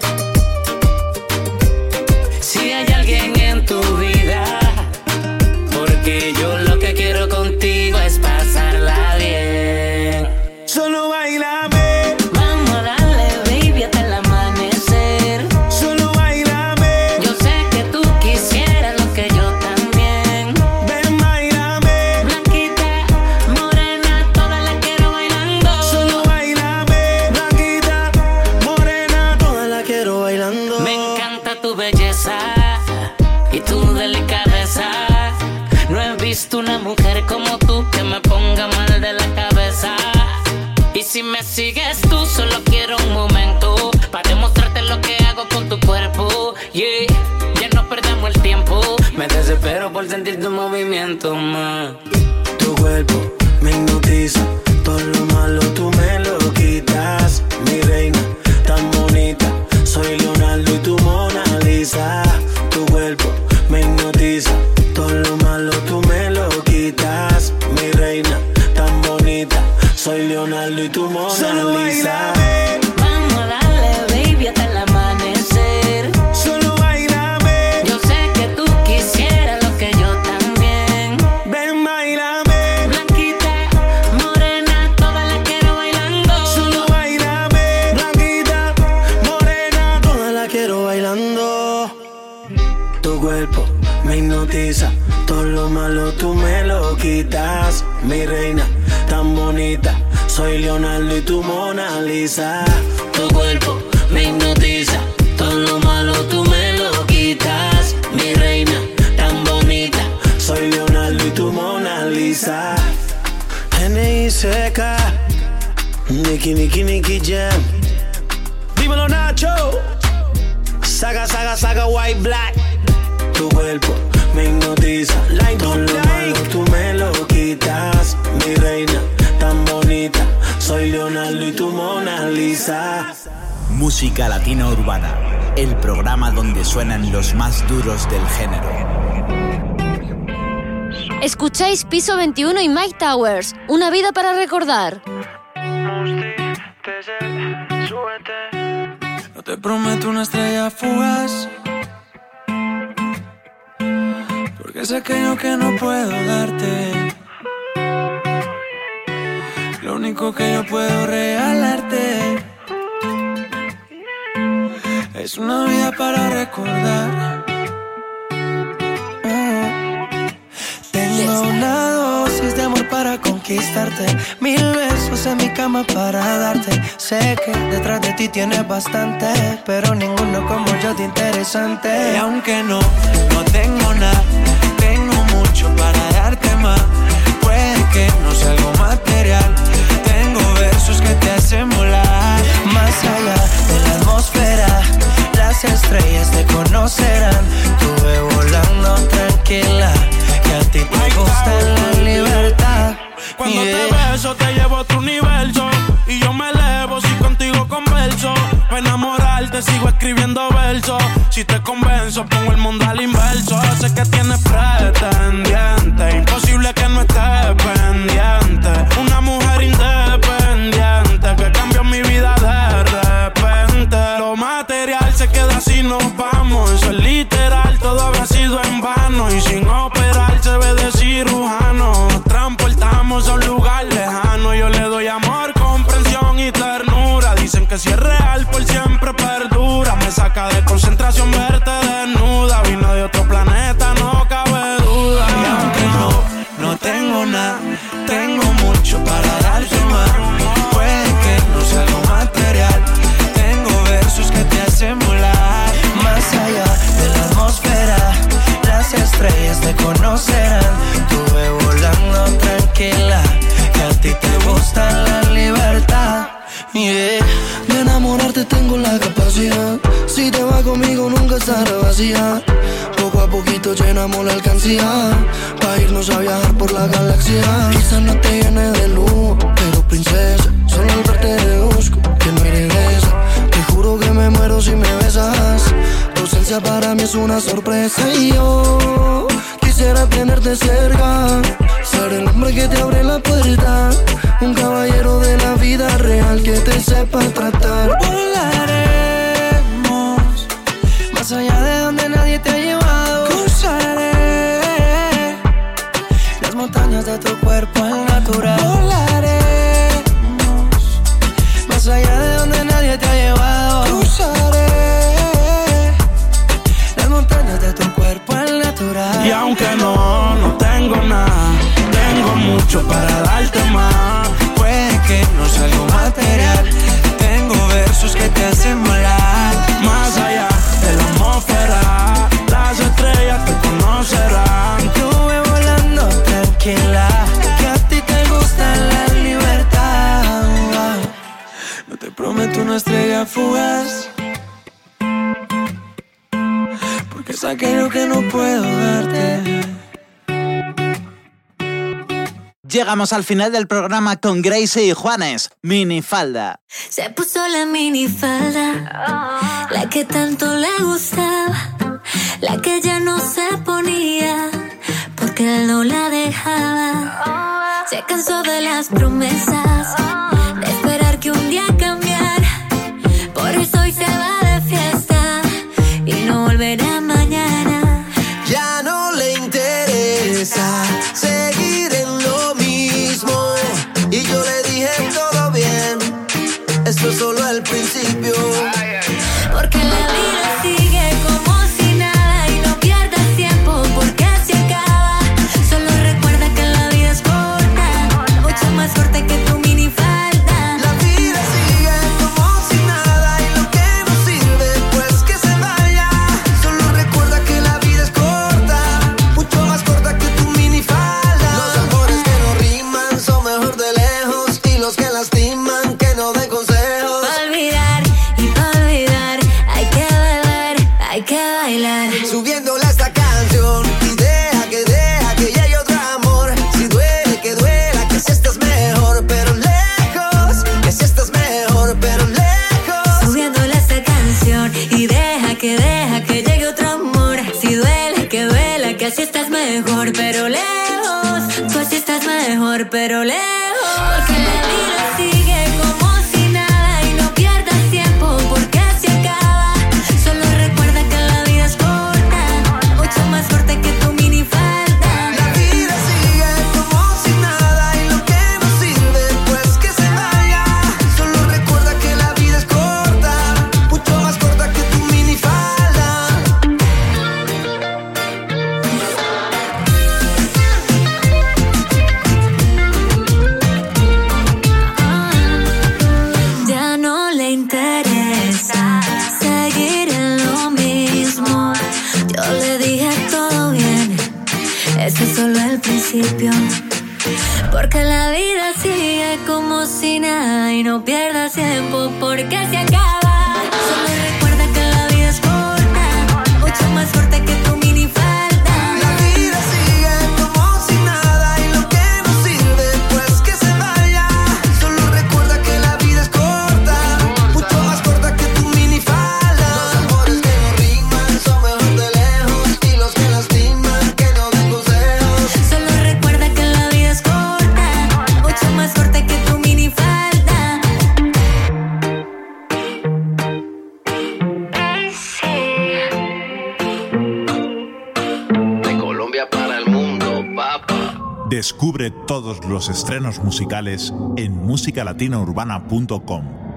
Si hay alguien en tu vida, porque yo lo que quiero contigo es pasarla bien. Solo bailame, vamos a darle, baby, hasta el amanecer. Solo bailame, yo sé que tú quisieras lo que yo también. Ven, bailame, blanquita, morena, toda la quiero bailando. Solo bailame, blanquita, morena, toda la quiero bailando. Me encanta tu belleza y tu delicadeza. No he visto una mujer como tú que me ponga mal de la cabeza. Y si me sigues tú, solo quiero un momento para demostrarte lo que hago con tu cuerpo. Yeah, ya no perdamos el tiempo. Me desespero por sentir tu movimiento, ma. Tu cuerpo me hipnotiza, todo lo malo tú me lo quitas. Mi reina, tan bonita, soy Leonardo y tu Mona Lisa. Tu cuerpo me hipnotiza, todo lo malo tú me lo quitas. Mi reina, tan bonita, soy Leonardo y tu Mona Lisa. Vamos a darle, baby, hasta el amanecer. Solo bailame, yo sé que tú quisieras lo que yo también. Ven, bailame, blanquita, morena, toda la quiero bailando. Solo bailame, blanquita, morena, toda la quiero bailando. Tu cuerpo me hipnotiza, todo lo malo tú me lo quitas. Mi reina, tan bonita, soy Leonardo y tu Mona Lisa. Tu cuerpo me hipnotiza, todo lo malo tú me lo quitas. Mi reina, tan bonita, soy Leonardo y tu Mona Lisa. N.I.C.K. Nicky Jam. Dímelo, Nacho. Saga, White Black. Tu cuerpo me hipnotiza, todo lo malo tú me lo quitas. Mi reina, tan bonita, soy Leonardo y tu Mona Lisa. Música Latina Urbana, el programa donde suenan los más duros del género. Escucháis Piso 21 y Mike Towers, una vida para recordar. No te prometo una estrella fugaz, porque es aquello que no puedo darte. Lo único que yo puedo regalarte es una vida para recordar. Tengo una dosis de amor para conquistarte, 1000 besos en mi cama para darte. Sé que detrás de ti tienes bastante, pero ninguno como yo de interesante. Y aunque no tengo nada, tengo mucho para darte más. Puede que no sea algo material, tengo versos que te hacen volar. Más allá de la atmósfera, las estrellas te conocerán. Tú ve volando tranquila, que a ti te gusta la libertad. Cuando te beso te llevo a otro universo, y yo me elevo si contigo converso. Para enamorarte sigo escribiendo versos. Si te convenzo pongo el mundo al inverso. Sé que tienes pretendiente, imposible que no estés pendiente. Una mujer independiente que cambió mi vida de repente. Lo material se queda así, nos vamos. Eso es literal, todo habrá sido en vano. Y sin operar se ve de cirujano. Nos transportamos a un lugar lejano. Yo le doy amor, comprensión y ternura. Dicen que si es real por siempre perdura. Me saca de concentración verte desnuda. Vino de otro planeta, no cabe duda. Y aunque no tengo nada, tengo mucho para darte más. Puede que no sea algo material, tengo versos que te hacen volar. Más capacidad. Si te vas conmigo nunca estará vacía. Poco a poquito llenamos la alcancía pa' irnos a viajar por la galaxia. Quizás no te llene de lujo, pero princesa, solo al verte deduzco que no eres de esa. Te juro que me muero si me besas. Tu ausencia para mí es una sorpresa y yo quisiera tenerte cerca, ser el hombre que te abre la puerta, un caballero de la vida real que te sepa tratar. Volaremos más allá de donde nadie te ha llevado. Cruzaré las montañas de tu cuerpo al natural. Volaremos más allá de donde nadie te ha llevado. Cruzaré las montañas de tu cuerpo al natural. Y aunque no tengo nada, tengo mucho para darte más. Puede que no sea algo material, tengo versos que te hacen volar. Más allá de la atmósfera, las estrellas te conocerán. Yo voy volando tranquila, que a ti te gusta la libertad. No te prometo una estrella fugaz, porque es aquello que no puedo darte. Llegamos al final del programa con Gracie y Juanes, Minifalda. Se puso la minifalda, la que tanto le gustaba, la que ya no se ponía, porque él no la dejaba. Se cansó de las promesas, de esperar que un día cambiara, por eso hoy se va de fiesta y no volverá mañana. Ya no le interesa seguir en lo mismo, y yo le dije todo bien, esto es solo el principio. Porque la vida sigue como si nada y no pierdas tiempo porque se acaba. Solo recuerda que la vida es corta, mucho más corta que tu minifalda. La vida sigue como si nada y lo que no sirve pues que se vaya. Solo recuerda que la vida es corta, mucho más corta que tu minifalda. Los amores que no riman son mejor de lejos, y los que lastiman que no den consejos. Pa' olvidar y pa' olvidar hay que beber, hay que bailar. Subiéndole a esta canción y deja que llegue otro amor. Si duele que duela, que si estás mejor pero lejos, que si estás mejor pero lejos. Subiéndole esta canción y deja que llegue otro amor. Si duele que duela, que así estás mejor pero lejos, tú así estás mejor pero lejos. Porque la vida sigue como si nada y no pierdas tiempo porque se acaba. Solo recuerda que la vida es corta, mucho más corta que tu minifalda. La vida sigue como si nada y lo que no sirve pues que se vaya. Solo recuerda que la vida es corta, mucho más corta que tu minifalda. Ya no le interesa seguir en lo mismo. Yo le dije todo bien, este es solo el principio. Porque la vida sigue como si nada y no pierdas tiempo porque se acaba. Solo recuerda que la vida es corta, mucho más corta que tu minifalda. La vida sigue como si nada y lo que no sirve pues que se vaya. Solo recuerda que la vida es corta, mucho más corta que tu minifalda. Los amores que no riman son mejor de lejos, y los que lastiman que no den consejos. Solo recuerda que la vida es corta, mucho más corta que tu minifalda. De Colombia para el mundo, papá. Descubre todos los estrenos musicales en musicalatinaurbana.com.